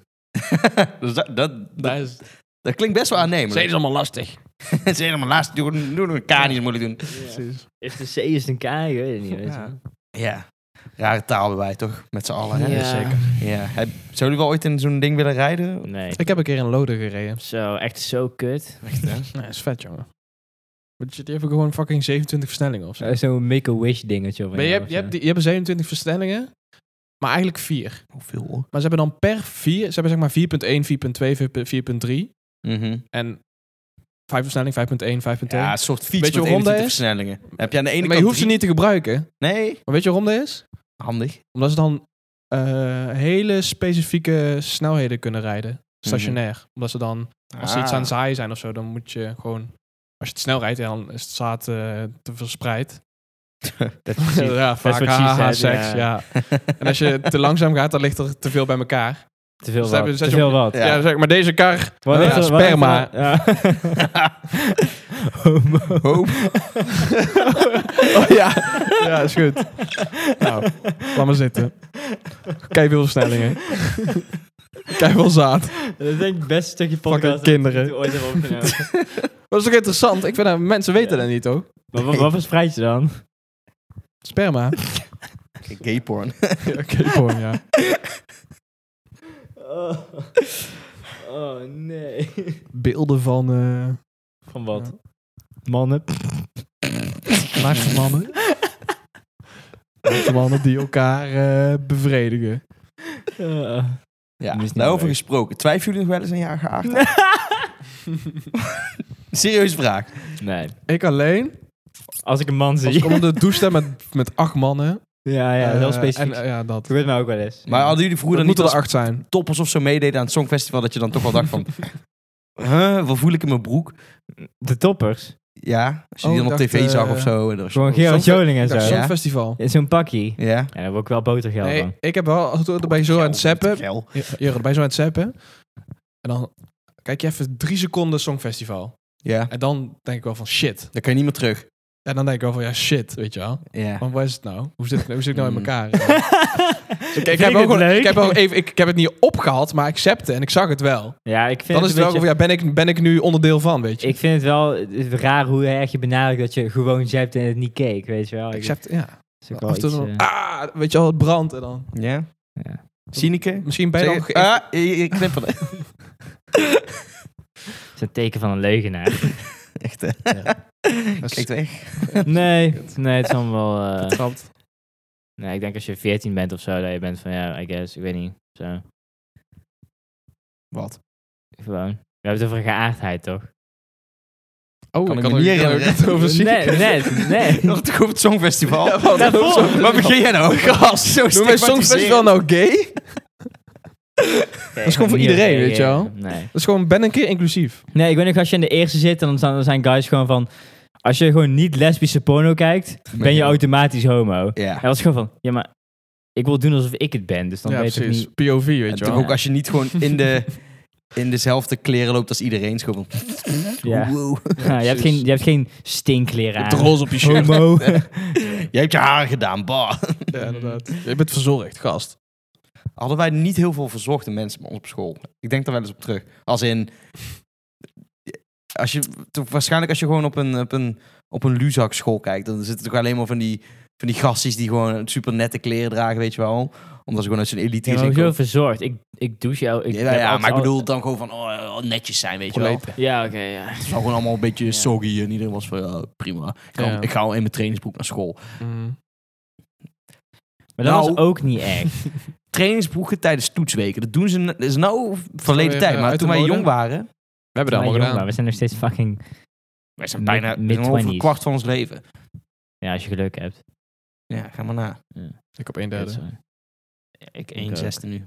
Dus Dat is dat klinkt best wel C aannemelijk. is allemaal lastig. Het is helemaal laatst. Doe een K niet zo moeilijk doen. Precies. Is de C is een K? Ik weet het niet. Weet je. Ja. Ja. Rare taal hebben wij toch? Met z'n allen. Hè? Ja. Zeker. Ja. Zouden jullie wel ooit in zo'n ding willen rijden? Nee. Ik heb een keer in Lode gereden. Zo, echt zo kut. Echt, hè? Nee, dat is vet, jongen. Maar die hebben gewoon fucking 27 versnellingen of zo. Zo'n make-a-wish dingetje. Of Maar je hebt 27 versnellingen, maar eigenlijk 4. Hoeveel? Maar ze hebben dan per 4, ze hebben zeg maar 4.1, 4.2, 4.3 Mhm. en 5 versnelling, 5.1, 5.2. Ja, een soort fiets Weet je met waarom dat 21 is? versnellingen. Heb je aan de ene maar kant je hoeft ze 3? niet te gebruiken. Nee, Maar weet je waarom dat is? handig. Omdat ze dan hele specifieke snelheden kunnen rijden. Stationair. Omdat ze dan, als ze iets aan het zaaien zijn of zo, dan moet je gewoon... Als je te snel rijdt, dan is het zaad te verspreid. Ja, vaak what she haha, said, seks, ja. ja. En als je te langzaam gaat, dan ligt er te veel bij elkaar. Te veel Dus wat. hebben- Te zet je veel op- wat. Ja. Ja, zeg maar deze kar, Wat ligt er- wat ligt er- sperma. Ja. Hoop. Oh ja, ja, is goed. Nou, laat maar zitten. Kijk veel versnellingen. Kijk veel zaad. Dat is denk ik het beste stukje podcast Fucking kinderen. dat we ooit hebben opgenomen. Dat is toch interessant? Ik vind dat mensen weten dat niet, toch? Maar wat verspreid je dan? Sperma. Gay porn. Oké, porn, ja. Oh nee. Beelden van Van wat? Mannen. naakte mannen. Naakte mannen die elkaar bevredigen. Ja, Dat is niet daarover leuk. gesproken. Twijfelen jullie nog wel eens aan je geaardheid? Serieuze vraag. Nee. Ik alleen, Als ik een man als ik zie. onder de douche sta met 8 mannen. Ja, heel specifiek. En, ja, dat. Gebeurt mij ook wel eens. Maar hadden jullie vroeger Dat dan niet moeten er als 8 zijn. toppers of zo meededen aan het Songfestival, dat je dan toch wel dacht van... Wat voel ik in mijn broek? De toppers. Ja, als je Oh, die dan op ik dacht, tv zag of zo. En dan was je Gewoon wel- Gerard Joling en zo. Ja. Songfestival. In zo'n pakkie. Ja. Ja, daar heb ik wel botergeld van. Nee, ik heb wel, dan ben je zo aan het zappen. Gel. Ja, dan ben je zo aan het zappen. En dan kijk je even 3 seconden Songfestival. Ja, En dan denk ik wel van shit. dan kan je niet meer terug. En dan denk ik wel van, ja, shit, weet je wel. Ja. Want waar is het nou? Hoe zit ik nou in elkaar? Ik heb het niet opgehaald, maar ik accepte en ik zag het wel. Ja, ik vind Dan is het wel een van, ja, ben ik nu onderdeel van, weet je? Ik vind het wel raar hoe erg je benadrukt dat je gewoon zept en het niet keek, weet je wel. Accept, ja. Dat is ook wel Af en toe iets, dan, weet je wel, het brandt en dan. Ja? ja. Cynieke? Misschien ben je Zeg dan... je- je knipperde. Het is een teken van een leugenaar. Echt, hè? Ja. Kijk weg. nee, het is allemaal wel... Getrapt. nee, ik denk als je 14 bent of zo, dat je bent van, ja, I guess, ik weet niet. Zo, Wat? gewoon. We hebben het over geaardheid, toch? Oh, Kan ik ik kan me er niet niet herinneren. over zien. Nee. Nog het over het Songfestival. Ja, wat- Daarvoor. Wat begin jij nou? Gast, zo Noem mijn Songfestival nou gay? Dat is gewoon voor iedereen, weet je wel. Nee. Dat is gewoon, ben een keer inclusief. Nee, ik weet nog, als je in de eerste zit, dan zijn guys gewoon van... Als je gewoon niet lesbische porno kijkt, ben je automatisch homo. Ja. En dat is gewoon van, ja, maar ik wil doen alsof ik het ben. Dus dan Ja, weet ik precies. niet... POV, weet En je toch wel. ook als je niet gewoon in dezelfde kleren loopt als iedereen. Is gewoon van... Ja. Wow. Ja, je hebt geen stinkkleren aan. De roze op je shirt. Homo. Jij hebt je haar gedaan, bah. Ja, inderdaad. Je bent verzorgd, gast. Hadden wij niet heel veel verzorgde mensen bij ons op school. Ik denk daar wel eens op terug. Als in... Waarschijnlijk als je gewoon op een Luzak school kijkt, dan zitten er toch alleen maar van die gasties die gewoon super nette kleren dragen, weet je wel. Omdat ze gewoon uit zo'n elite Ja, maar gezin zo komen. verzorgd. Ik douche jou. Ja, maar ik bedoel dan gewoon van netjes zijn, weet je wel. Ja, oké, ja. Het zou gewoon allemaal een beetje soggy en iedereen was van ja, prima. Ik ga al in mijn trainingsbroek naar school. Mm. Maar dat Nou- was ook niet echt. Trainingsbroeken tijdens toetsweken, dat doen ze, dat is nou verleden weer, tijd. Maar uit toen de wij mode? jong waren, We hebben dat allemaal Maar gedaan. we zijn nog steeds fucking... wij zijn Mid- bijna mid-20s. over een kwart van ons leven. Ja, als je geluk hebt. Ja, ga maar na. Ik op 1/3. Ik ook. 1/6 nu.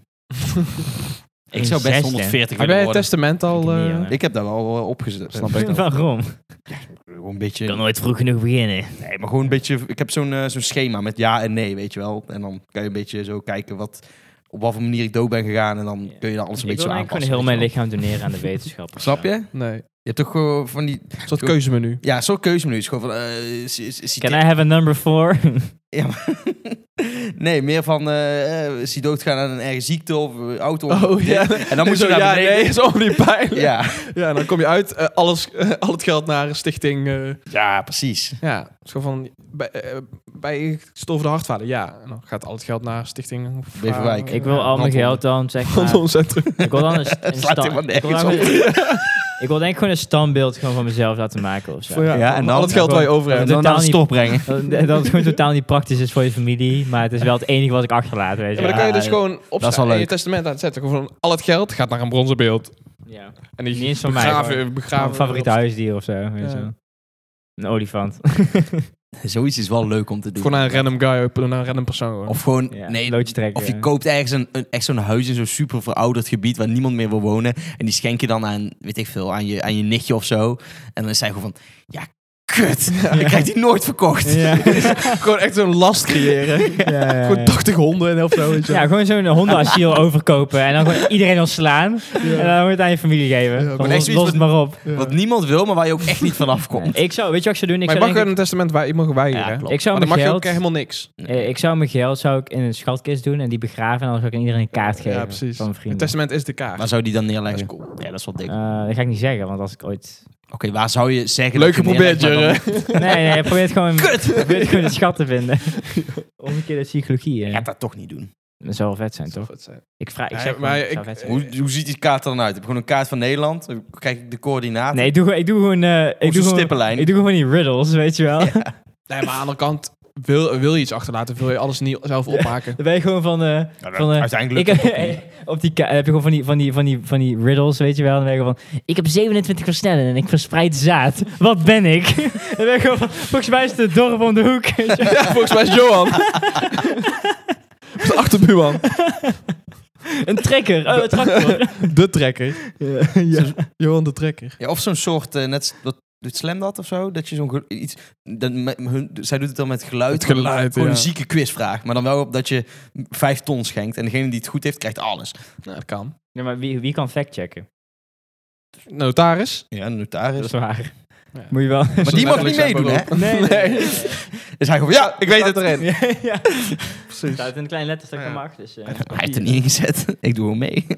Ik Een zou best zesde. 140 Heb willen jij het worden. testament al... Ik niet, jongen. Ik heb daar wel opgezet. Snap ik. Waarom? Gewoon een beetje... Ik kan nooit vroeg genoeg beginnen. Nee, maar gewoon een beetje... Ik heb zo'n schema met ja en nee, weet je wel. En dan kan je een beetje zo kijken op wat voor manier ik dood ben gegaan. En dan kun je daar alles een Ik beetje wil zo eigenlijk aanpassen. gewoon heel mijn weet je lichaam doneren aan de wetenschap. wel. Snap je? Nee. Je hebt toch gewoon van die... Een soort keuzemenu. Ja, zo'n keuzemenu. Is gewoon van... Can I have a number 4? Ja, maar nee, meer van... is hij doodgaan aan een erge ziekte of auto? Oh, ja. En dan moet je Zo, naar ja, beneden. nee, zo die pijn. Ja. Ja, en dan kom je uit, al het geld naar stichting... Ja, precies. ja, het is gewoon van... Bij Stof de Hartvader, ja. En dan gaat al het geld naar stichting... Beverwijk. Ik wil al mijn geld dan, zeg maar... Rondom-centrum. Ik wil dan een Slaat helemaal ik wil nergens dan- ik wil denk ik gewoon een standbeeld gewoon van mezelf laten maken of zo. Ja, en dan al het geld waar je over Ja, hebt. dan naar de niet- stop brengen. Dat het gewoon totaal niet praktisch is voor je familie, maar het is wel het enige wat ik achterlaat, weet Ja, je maar dan kan je wel. dus gewoon dat is wel opschrijven in je leuk. testament aanzetten. Gewoon van, al het geld gaat naar een bronzen beeld. Ja. En die Niet eens van mij, begraven, gewoon Mijn favoriete huisdier of zo, weet je Ja. wel. Een olifant. Zoiets is wel leuk om te doen. Gewoon naar een random guy, naar een random persoon. Gewoon. Of gewoon, Ja, nee, loodje trekken. of je koopt ergens echt zo'n huis in zo'n super verouderd gebied waar niemand meer wil wonen. En die schenk je dan aan, weet ik veel, aan je nichtje of zo. En dan is zij gewoon van, ja, kut. Ik krijg die nooit verkocht. Ja. Gewoon echt zo'n last creëren. Gewoon 80 honden en of zo. Weet je. Ja, gewoon zo'n hondenasiel overkopen en dan gewoon iedereen ontslaan. En dan moet je het aan je familie geven. Ja, Van, maar echt los zoiets het maar op. Wat niemand wil, maar waar je ook echt niet vanaf komt. Ik zou, weet je wat ik zou doen? Ik Maar je zou mag denk een testament je mag weigeren. Ja, hè? klopt. ik zou Maar dan mijn mag je ook geld... helemaal niks. Ik zou mijn geld in een schatkist doen en die begraven. En dan zou ik aan iedereen een kaart geven. Ja, precies. Van mijn Het vrienden. testament is de kaart. Waar zou die dan neerleggen? Dat is cool. Ja, dat is wel dik. Dat ga ik niet zeggen, want als ik ooit... Oké, waar zou je zeggen... Leuk dat je geprobeerd, neerlegt, maar Jurre. dan- Nee, probeer het gewoon... Probeer het gewoon een schat te vinden. Omgekeerde psychologie. Je hè. gaat dat toch niet doen. Dat zou wel vet zijn, toch? Ik Ja, zeg maar maar, ik- zou vet zijn. Hoe ziet die kaart er dan uit? Heb je gewoon een kaart van Nederland? Dan kijk ik de coördinaten. Nee, ik doe gewoon... ik doe gewoon stippenlijn. Ik doe gewoon die riddles, weet je wel. Nee, maar aan de andere kant, wil je iets achterlaten, wil je alles niet zelf opmaken. Dan ben je gewoon van... uiteindelijk... op die heb je gewoon van die riddles, weet je wel. Dan ben je gewoon van... Ik heb 27 versnellen en ik verspreid zaad. Wat ben ik? Dan ben je gewoon van... Volgens mij is het dorp om de hoek. weet je wel. Ja, volgens mij is Johan. De achterbuurman. Een trekker. Oh, een tractor. De trekker. Ja. Johan de trekker. Ja, of zo'n soort, net wat doet Slam dat of zo? Dat je zo'n iets... zij doet het dan met geluid. Het geluid, Gewoon ja. een zieke quizvraag. Maar dan wel op dat je 5 ton schenkt. En degene die het goed heeft, krijgt alles. Nou, dat kan. Ja, maar wie kan factchecken? Notaris. Ja, een Dat notaris. is waar. Ja. Moet je wel... Maar die mag niet meedoen, hè? Nee. Dus hij gewoon, ja, ik weet het. erin. ja. Precies. Staat in een klein letters dat ik Ja. dat mag. Dus, Hij heeft het niet ingezet. Ik doe hem mee.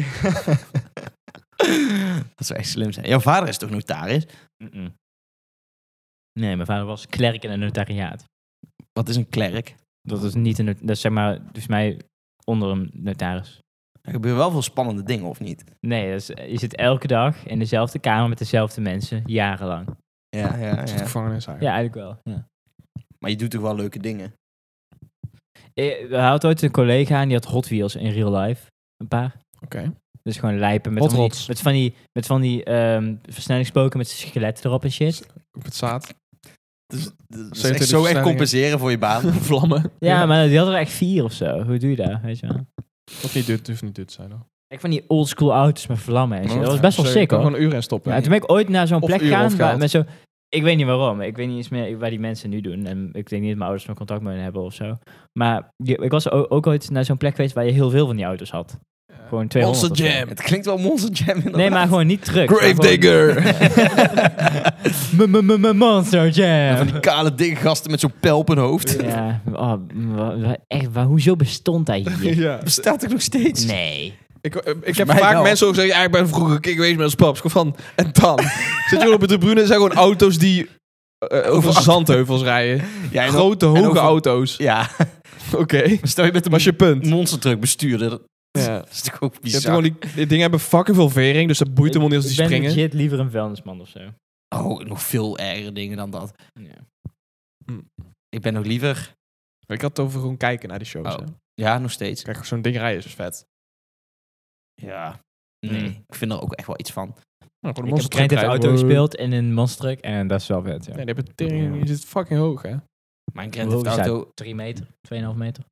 Dat zou echt slim zijn. Jouw vader is toch notaris? Mm-mm. Nee, mijn vader was klerk in een notariaat. Wat is een klerk? Dat is niet een... Dat is zeg maar, dus mij onder een notaris. Er gebeuren wel veel spannende dingen, of niet? Nee, dus je zit elke dag in dezelfde kamer met dezelfde mensen, jarenlang. Ja. Het is de gevangenis eigenlijk. Ja, eigenlijk wel. Ja. Maar je doet toch wel leuke dingen? We hadden ooit een collega en die had Hot Wheels in real life. Een paar. Oké. Dus gewoon lijpen met Hot van die, rods. met van die versnellingspoken met skeletten erop en shit. Op het zaad. Dus, dat is 27 echt zo echt versnellingen. compenseren voor je baan. Vlammen. Ja, maar die hadden er echt 4 of zo. Hoe doe je dat? Weet je wel? Of niet dit, hoeft niet dit te zijn hoor. Echt van die oldschool auto's met vlammen en shit. Dat was best wel Zo, sick kan hoor. gewoon een uur in stoppen. Ja, toen ben ik ooit naar zo'n Of plek uren of gegaan geld. met zo... Ik weet niet waarom. Ik weet niet eens meer waar die mensen nu doen. En ik denk niet dat mijn ouders nog contact met hen hebben of zo. Maar ik was ook ooit naar zo'n plek geweest waar je heel veel van die auto's had. Gewoon 200 Monster of zo. Jam. Het klinkt wel Monster Jam inderdaad. Nee, maar gewoon niet trucks. Gravedigger. Monster En Jam. van die kale dikke gasten met zo'n pijl op hun hoofd. Ja, echt, hoezo bestond hij hier? Ja. Bestaat toch nog steeds? Nee. Ik heb mij vaak wel. mensen ook zeggen, ja, ik ben vroeger een keer geweest met als paps. Ik van, en dan? Zit je op de tribune, zijn gewoon auto's die over zandheuvels rijden. Ja, en Grote, en hoge over- auto's. Ja. Oké. Stel je met Was je punt. een monstertruck bestuurder. Dat Ja. is toch ook Je hebt bizar. gewoon die dingen hebben fucking veel vering, dus dat boeit hem niet als die Ik ben springen. legit liever een vuilnisman of zo. Oh, nog veel ergere dingen dan dat. Ja. Ik ben nog liever... Ik had het over gewoon kijken naar die shows. Oh. Hè. Ja, nog steeds. Kijk, zo'n ding rijden is dus vet. Ja. Nee, ik vind er ook echt wel iets van. Nou, gewoon Ik heb Grand Theft Auto gespeeld in een monster truck en dat is wel vet, ja. Nee, die hebben tering, je zit fucking hoog, hè. Mijn Grand Hoe Theft hoog is Auto... 3 meter? 2,5 meter?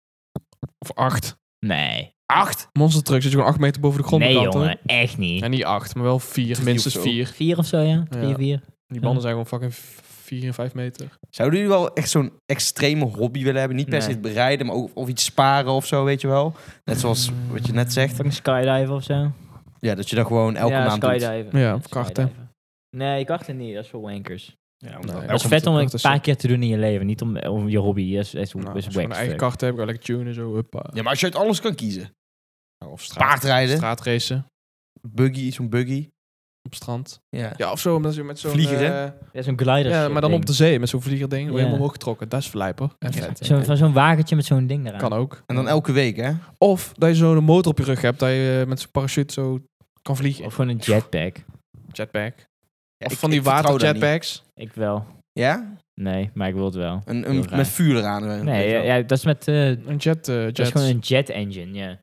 Of 8. Nee. 8? Monster truck zit je gewoon 8 meter boven de grond. Nee, kanten. jongen. Echt niet. Ja, niet 8, maar wel 4. 3 Minstens of zo. 4. 4 of zo, ja? 3, Ja. 4. Die banden zijn gewoon fucking 4 en 5 meter. Zouden jullie wel echt zo'n extreme hobby willen hebben? Niet per se Nee. het bereiden, maar ook of iets sparen of zo, weet je wel? Net zoals wat je net zegt. Fucking skydiven of zo? Ja, dat je dat gewoon elke ja, maand doet. skydiven. Ja, of karten. skydiven. Nee, karten niet. Dat is voor wankers. Ja, Nee, omdat- Dat is komt vet om het een tussen. paar keer te doen in je leven. Niet om je hobby. Dat is Nou, als je wack gewoon een eigen fuck. kart hebt, ga lekker tunen zo. Huppa. Ja, maar als je uit alles kan kiezen. Nou, of straat, Paardrijden, straatracen buggy, zo'n buggy. op het strand. Ja. Ja, of zo, omdat je met zo'n... Vliegen, hè? Ja, zo'n glider ja, shit maar dan ding. op de zee met zo'n vliegerding. Word je Ja. helemaal hoog getrokken. Dat is verlijper. En Ja. vet. Van zo'n wagentje met zo'n ding eraan. Kan ook. En dan elke week, hè? Of dat je zo'n motor op je rug hebt, dat je met zo'n parachute zo kan vliegen. Of gewoon een jetpack. Jetpack. Ja, Of ik- van die ik vertrouw daar niet. waterjetpacks. Ik wel. Ja? Nee, maar ik wil het wel. Een Heel graag. met vuur eraan. Nee, ja, dat is met... Een jet. dat is gewoon een jet engine, ja.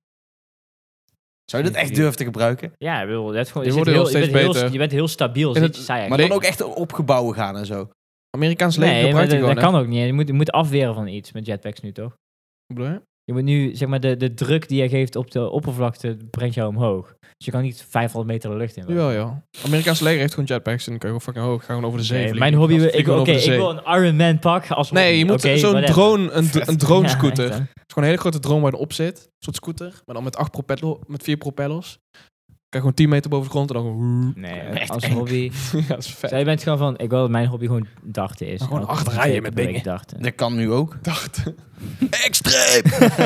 Zou je dat echt durven te gebruiken? Ja, ik bedoel, dat is gewoon... Die je zit worden wel je steeds bent beter. je bent heel stabiel, In zit het- je saai Maar eigenlijk. dan ook echt op gebouwen gaan en zo. Amerikaans leger Nee, maar gebruikt die dat gewoon. kan ook niet. Je moet afweren van iets met jetpacks nu, toch? Hoe bedoel je? Je moet nu, zeg maar, de druk die je geeft op de oppervlakte brengt jou omhoog. Dus je kan niet 500 meter de lucht in. Jawel, ja. Amerikaans leger heeft gewoon jetpacks en dan kun je gewoon fucking hoog. Ga gewoon over de zee Nee, vliegen. mijn hobby... Vlieg gewoon over de ik zee. wil een Iron Man pak als Nee, hobby. je moet Oké, zo'n whatever. drone, een drone Ja, scooter. echt, hè. Het is gewoon een hele grote drone waar je op zit. Een soort scooter. Maar dan met 4 propellers. Kijk gewoon 10 meter boven de grond en dan gewoon... Nee, Echt als eng. hobby... ja, dat is vet. Zij je bent gewoon van... Ik wil dat mijn hobby gewoon darten is. Maar gewoon Elke 8 2 rijen keer met per week dingen. darten. Dat kan nu ook. Dacht. Extreem!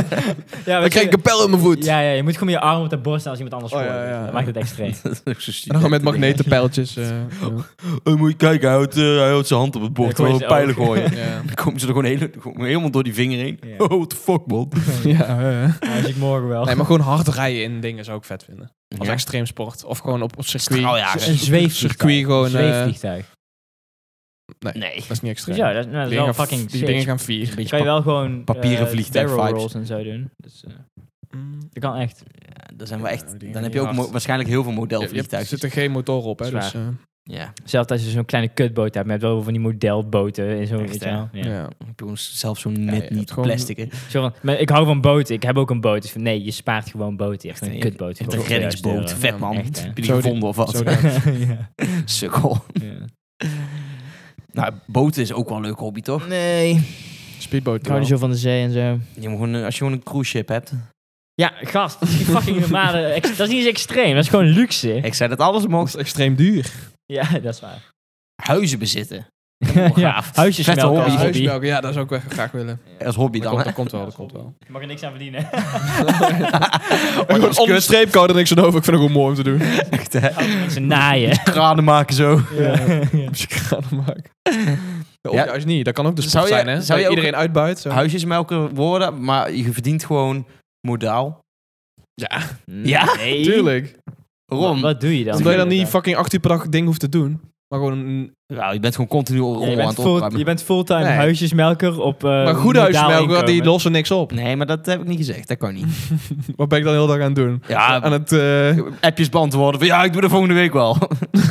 Ja, Dan weet krijg ik je, een pijl in mijn voet. ja, je moet gewoon je arm op de borst staan als iemand anders Oh, voor ja, je. ja. Dat maakt het extreem. Dat is ook zo En dan gewoon met magnetenpijltjes. Moet je kijken, hij houdt zijn hand op het bord. Ja, gooi Gewoon ze pijlen ook. gooien. Ja. Dan komen ze er gewoon helemaal door die vinger heen. Ja. Oh, what the fuck, man. Ja, Ja, zie ik morgen wel. Nee, maar gewoon hard rijden in dingen zou ik vet vinden. Als Ja. extreem sport. Of gewoon op circuit. Straaljager. Een zweefvliegtuig. Circuit gewoon, Een zweefvliegtuig. Nee. Dat is niet extreem. Ja, dat is wel Die fucking die sick. dingen gaan 4. Beetje Kan je wel gewoon papieren vliegtuig barrel vibes. rolls en zo doen. Dus, dat kan echt. Ja, dan zijn we echt... Ja, die Dan heb je ook hard. waarschijnlijk heel veel Er modelvliegtuigen. zit er geen motor op, hè. Zwaar. Dus, Ja. Zelfs als je zo'n kleine kutboot hebt, met wel van die modelboten en zo. Echt, Weet je hè? wel. Ja. ja. Ik heb gewoon zelf zo'n je net hebt niet gewoon- plastic. Hè. Zo van, maar ik hou van boten, ik heb ook een boot. Dus van, nee, je spaart gewoon boten. Je hebt Echt, een je kutboot. Je hebt voor een reddingsboot. €2000. Vet, man. Echt, hè? Heb je die Zo die- gevonden of wat? zo ja. Sukkel. Ja. Nou, boten is ook wel een leuk hobby, toch? Nee. Speedboot. Ik hou niet zo van de zee en zo. Je moet gewoon, als je gewoon een cruise ship hebt. Ja, gast, dat is niet fucking normale... dat is niet eens extreem, dat is gewoon luxe. Ik zei dat alles Dat mocht. is extreem duur. Ja, dat is waar. huizen bezitten. Ja, huisjes Vette melken als hobby. hobby. Huismelken, ja, dat zou ik wel graag willen. Als hobby dan, hè? Dat komt wel. Je mag er niks aan verdienen. Gewoon onder de streep kan er niks aan over. Ik vind het ook wel mooi om te doen. Echt, hè? Mensen naaien. Kranen maken zo. Moet je kranen maken. Of Ja. juist niet. Dat kan ook de Zou sport je- zijn, hè? zou je ook- Iedereen uitbuit. Zo. Huisjesmelker worden, maar je verdient gewoon modaal. Ja, Nee. Tuurlijk. Waarom? Wat doe je dan? Omdat je dan niet fucking 8 uur per dag ding hoeft te doen. Maar gewoon... Nou, je bent gewoon continu Ja, rommel je, aan het bent opruimen. je bent fulltime Nee. huisjesmelker op maar goede modaal huismelken, die inkomen. lossen niks op. Nee, maar dat heb ik niet gezegd. Dat kan niet. Wat ben ik dan heel dag aan het doen? Ja, Aan het... appjes beantwoorden van ja, ik doe dat volgende week wel.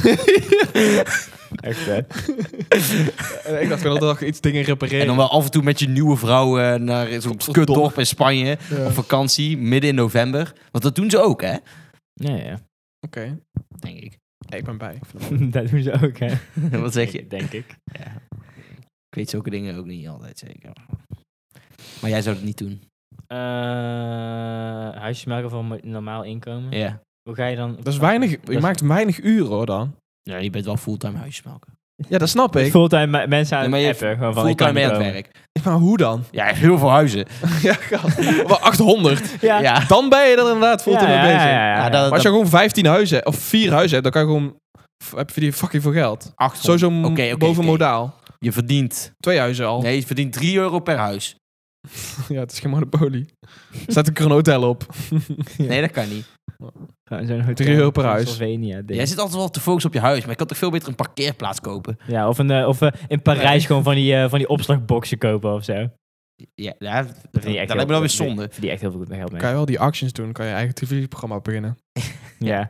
Echt, hè? ik dacht wel dat ik iets dingen repareren. En dan wel af en toe met je nieuwe vrouw naar zo'n kutdorp in Spanje Ja. op vakantie, midden in november. Want dat doen ze ook, hè? Ja, ja. Oké. Denk ik. Ik ben bij. Ik vind het wel- Dat doen ze ook, hè? Wat zeg je? Denk ik. Ja. Ik weet zulke dingen ook niet altijd zeker. Maar jij zou het niet doen. Huisjesmelker voor een normaal inkomen. Ja. Hoe ga je dan... Dat is weinig... Je is- maakt weinig uren, hoor, dan. Ja, je bent wel fulltime huisjesmelker. Ja, dat snap ik. Fulltime mensen aan Nee, maar je het appen. Gewoon van, ik kan Fulltime mee niet aan het komen. werk. Maar hoe dan? Ja, heel veel huizen. Ja, gast. Wel 800. Ja. Ja. Dan ben je er inderdaad fulltime mee bezig. Ja, Maar als je gewoon 15 huizen of 4 huizen hebt, dan kan je gewoon... Heb je die fucking veel geld. 800. Sowieso Oké, boven oké. modaal. Je verdient... 2 huizen al. Nee, je verdient 3 euro per huis. Ja, het is geen monopolie. Zet er een hotel op. Nee, dat kan niet. Zo'n hotel 3 euro per in huis. Pennsylvania, ding. Jij zit altijd wel te focussen op je huis, maar ik kan toch veel beter een parkeerplaats kopen? Ja, of in Parijs gewoon van die opslagboxen kopen of zo. Ja, Dat dat vind je echt lijkt me dan weer dat zonde. verdien je echt heel veel goed geld mee. Kan je wel die actions doen. Kan je eigen tv-programma beginnen. Ja.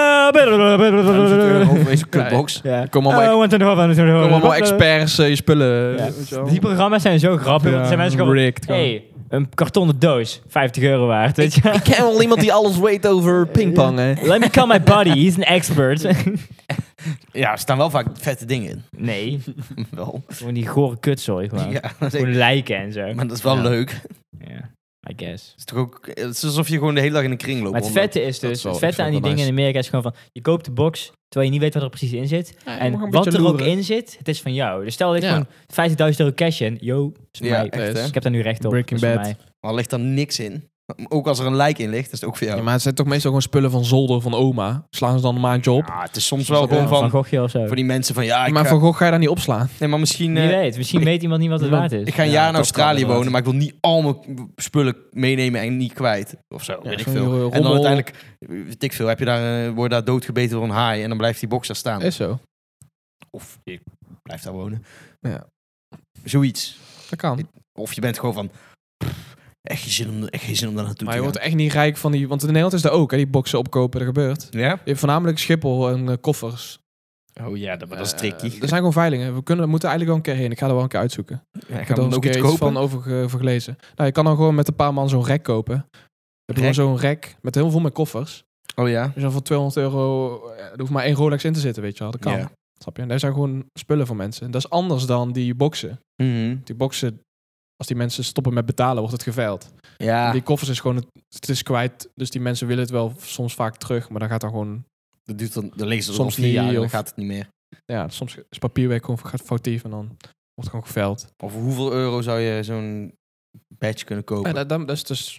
Over deze kutbox. Ja. Komen allemaal experts je spullen. Ja. weet je wel. Die programma's zijn zo grappig. Want er zijn mensen gewoon... rigged, gewoon. Hey, een kartonnen doos. 50 euro waard. Weet je? Ik ken wel iemand die alles weet over pingpong, hè. Let me call my buddy. He's an expert. Ja, er staan wel vaak vette dingen in. Nee. Wel. Gewoon die gore kutzooi gewoon. Ja, dat is Gewoon lijken en zo. maar dat is wel Ja. leuk. Ja, I guess. Het is toch ook, het is alsof je gewoon de hele dag in een kring loopt. Maar het rondom. vette is Dat dus, is wel- het vette aan die dat is wel dingen in Amerika is gewoon van, je koopt de box, terwijl je niet weet wat er precies in zit. Ja, je En mag een wat beetje er ook loeren. in zit, het is van jou. Dus stel dat je Ja. gewoon 50.000 euro cash in, yo, is van Ja, mij. echt, hè? Ik heb daar nu recht op. Breaking dat is van Bad. mij. Maar er ligt er niks in. Ook als er een lijk in ligt, is het ook voor jou. Ja, maar het zijn toch meestal gewoon spullen van zolder van oma. Slaan ze dan een maandje op. Ja, het is soms wel gewoon Van van, Goghje of zo. voor die mensen van ja, ik Maar ga, Van Gogh ga je daar niet opslaan. nee, maar misschien... Wie weet, misschien weet iemand niet wat het waard is. Ik ga een Ja, jaar in dat Australië kan wonen, inderdaad. maar ik wil niet al mijn spullen meenemen en niet kwijt. Of zo, weet ik zo'n veel. rommel. En dan uiteindelijk, weet ik veel, heb je daar, word je daar doodgebeten door een haai en dan blijft die box daar staan. Is zo. Of je blijft daar wonen. Ja. Zoiets. Dat kan. Of je bent gewoon van, echt geen zin om daar naartoe Maar te je gaan. wordt echt niet rijk van die... Want in Nederland is dat ook, hè, die boxen opkopen. Dat gebeurt. Ja? Je hebt voornamelijk Schiphol en koffers. Oh ja, dat is tricky. Er zijn gewoon veilingen. We moeten eigenlijk wel een keer heen. Ik ga er wel een keer uitzoeken. Ja, Ik ik heb ga er dan eens ook een iets keer iets kopen. van over gelezen. Nou, je kan dan gewoon met een paar man zo'n rek kopen. Je hebt gewoon Rek? zo'n rek met heel veel met koffers. Oh ja? Dus dan voor 200 euro... Er hoeft maar 1 Rolex in te zitten, weet je wel. Dat kan. Ja. Snap je? En daar zijn gewoon spullen voor mensen. Dat is anders dan die boxen. Mhm. Die boxen, als die mensen stoppen met betalen, wordt het geveild. Ja, Die koffers is gewoon, het is kwijt. Dus die mensen willen het wel soms vaak terug. Maar dan gaat dan gewoon, dat duurt dan lezen ze soms soms 4 jaar en niet, dan of- gaat het niet meer. ja, soms is papierwerk gewoon gaat foutief en dan wordt het gewoon geveild. Of hoeveel euro zou je zo'n badge kunnen kopen? Ja, dat is dus...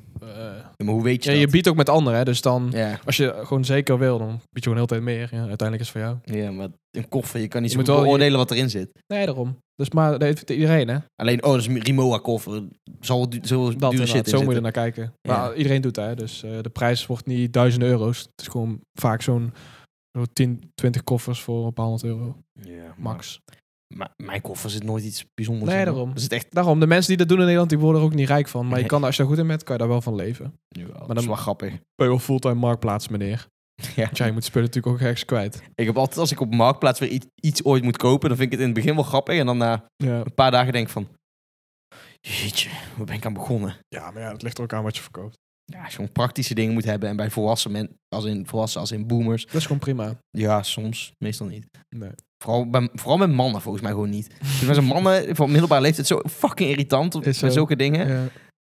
Ja, maar hoe weet je ja, je dat? biedt ook met anderen, hè. Dus dan, Ja. als je gewoon zeker wil, dan bied je gewoon heel de tijd meer. Ja, uiteindelijk is het voor jou. Ja, maar een koffer, je kan niet Je zo moet goed wel- beoordelen wat erin zit. Nee, daarom. Dus maar dat heeft iedereen, hè. Alleen, oh, dat is een Rimowa koffer. Zal Dat dure inderdaad, shit in zo moet je zitten. er naar kijken. Ja. Maar iedereen doet dat, hè. Dus de prijs wordt niet 1000 euro's. Het is gewoon vaak zo'n 10, 20 koffers voor een paar 100 euro. Ja, Max. Maar mijn koffer zit nooit iets bijzonders Nee, in. hoor. daarom. Er zit echt... Daarom, de mensen die dat doen in Nederland, die worden er ook niet rijk van. Maar je Nee. kan, als je daar goed in bent, kan je daar wel van leven. Ja, dat dan- is wel grappig. Ben je wel fulltime marktplaats, meneer. Ja. Want jij moet spullen natuurlijk ook ergens kwijt. Ik heb altijd, als ik op Marktplaats weer iets ooit moet kopen, dan vind ik het in het begin wel grappig. En dan na Ja. een paar dagen denk ik van... Jeetje, waar ben ik aan begonnen? Ja, maar ja, het ligt er ook aan wat je verkoopt. Ja, als je gewoon praktische dingen moet hebben. En bij volwassen mensen, als in boomers. Dat is gewoon prima. Ja, soms. Meestal niet. Nee. Vooral met mannen volgens mij gewoon niet. Dus met zo'n mannen van middelbare leeftijd zo fucking irritant Is met zo. zulke dingen. Ja.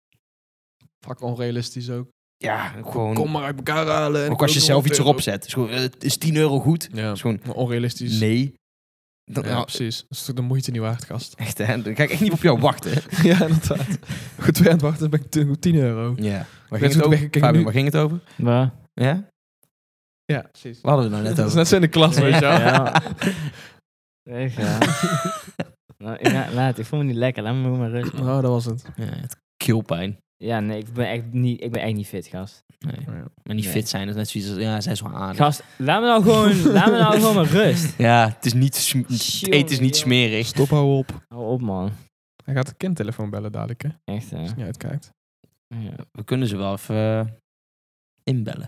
Vaak onrealistisch ook. Ja, gewoon... Kom maar uit elkaar halen. en ook als je ik wil zelf iets 100 erop zet. Het is gewoon, het is 10 euro goed. euro. Ja, Het is gewoon... maar onrealistisch. Nee. Ja, precies. Dat is toch de moeite niet waard, gast. Echt, hè? Dan ga ik echt niet op jou wachten. Ja, inderdaad. Goed, 2 aan het wachten, dan ben ik €10. Ja. Waar Net ging het goed over? weggekeken Fabian, nu. waar ging het over? Waar? Ja? Ja, precies. Waar hadden we het nou net Dat is over? net zo in de klas, weet je wel. Ja. Echt, ja. Nou, ik voel me niet lekker. Laat me maar rust. Oh, dat was het. Ja, het keelpijn. Ja, nee, ik ben echt niet fit, gast. Nee. Ja. Maar niet Nee. fit zijn, dat is net zoiets als... Ja, zij is wel aardig. Gast, laat me nou gewoon maar rust. Ja, het is niet... Het eten is niet Jongen. smerig. Stop, hou op. Hou op, man. Hij gaat de kindtelefoon bellen dadelijk, hè. Echt, hè. Als je niet uitkijkt. Ja. We kunnen ze wel even inbellen.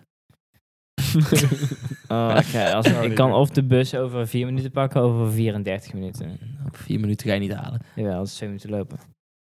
Oh, ik kan of de bus over 4 minuten pakken, of over 34 minuten. 4 minuten ga je niet halen. Jawel, dat is 7 minuten lopen.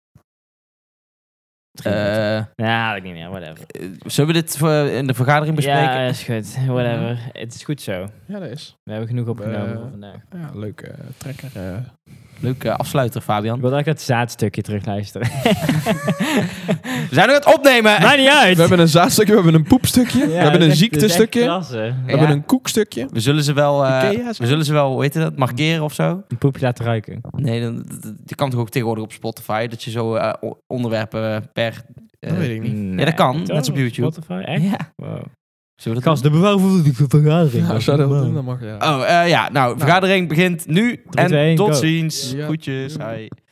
3 minuten. Ja, dat ik niet meer, whatever. Zullen we dit in de vergadering bespreken? Ja, is goed. Whatever. Het is goed zo. Ja, dat is. We hebben genoeg opgenomen voor vandaag. Ja, leuke trekker. Leuke afsluiter, Ik Fabian. wil eigenlijk het zaadstukje terugluisteren. We zijn nu aan het opnemen! Maakt niet uit! We hebben een zaadstukje, we hebben een poepstukje, we hebben een ziektestukje, Klasse. we hebben een koekstukje. We zullen ze wel... Ikea, we zullen ze wel, hoe heet dat, markeren of zo? Een poepje laten ruiken. Nee, je kan toch ook tegenwoordig op Spotify, dat je zo onderwerpen per... Dat weet ik niet. Ja, dat kan. Toch? Net als op YouTube. Spotify, echt? Ja. Wow. Zullen we dat Gast, de bewaar voor de vergadering. Ja, als jij dat wil doen, dan mag je. Ja. doen? Oh, ja. Nou, vergadering begint nu. 3, 2, en tot go. ziens. Ja. Groetjes. Doei. Hi.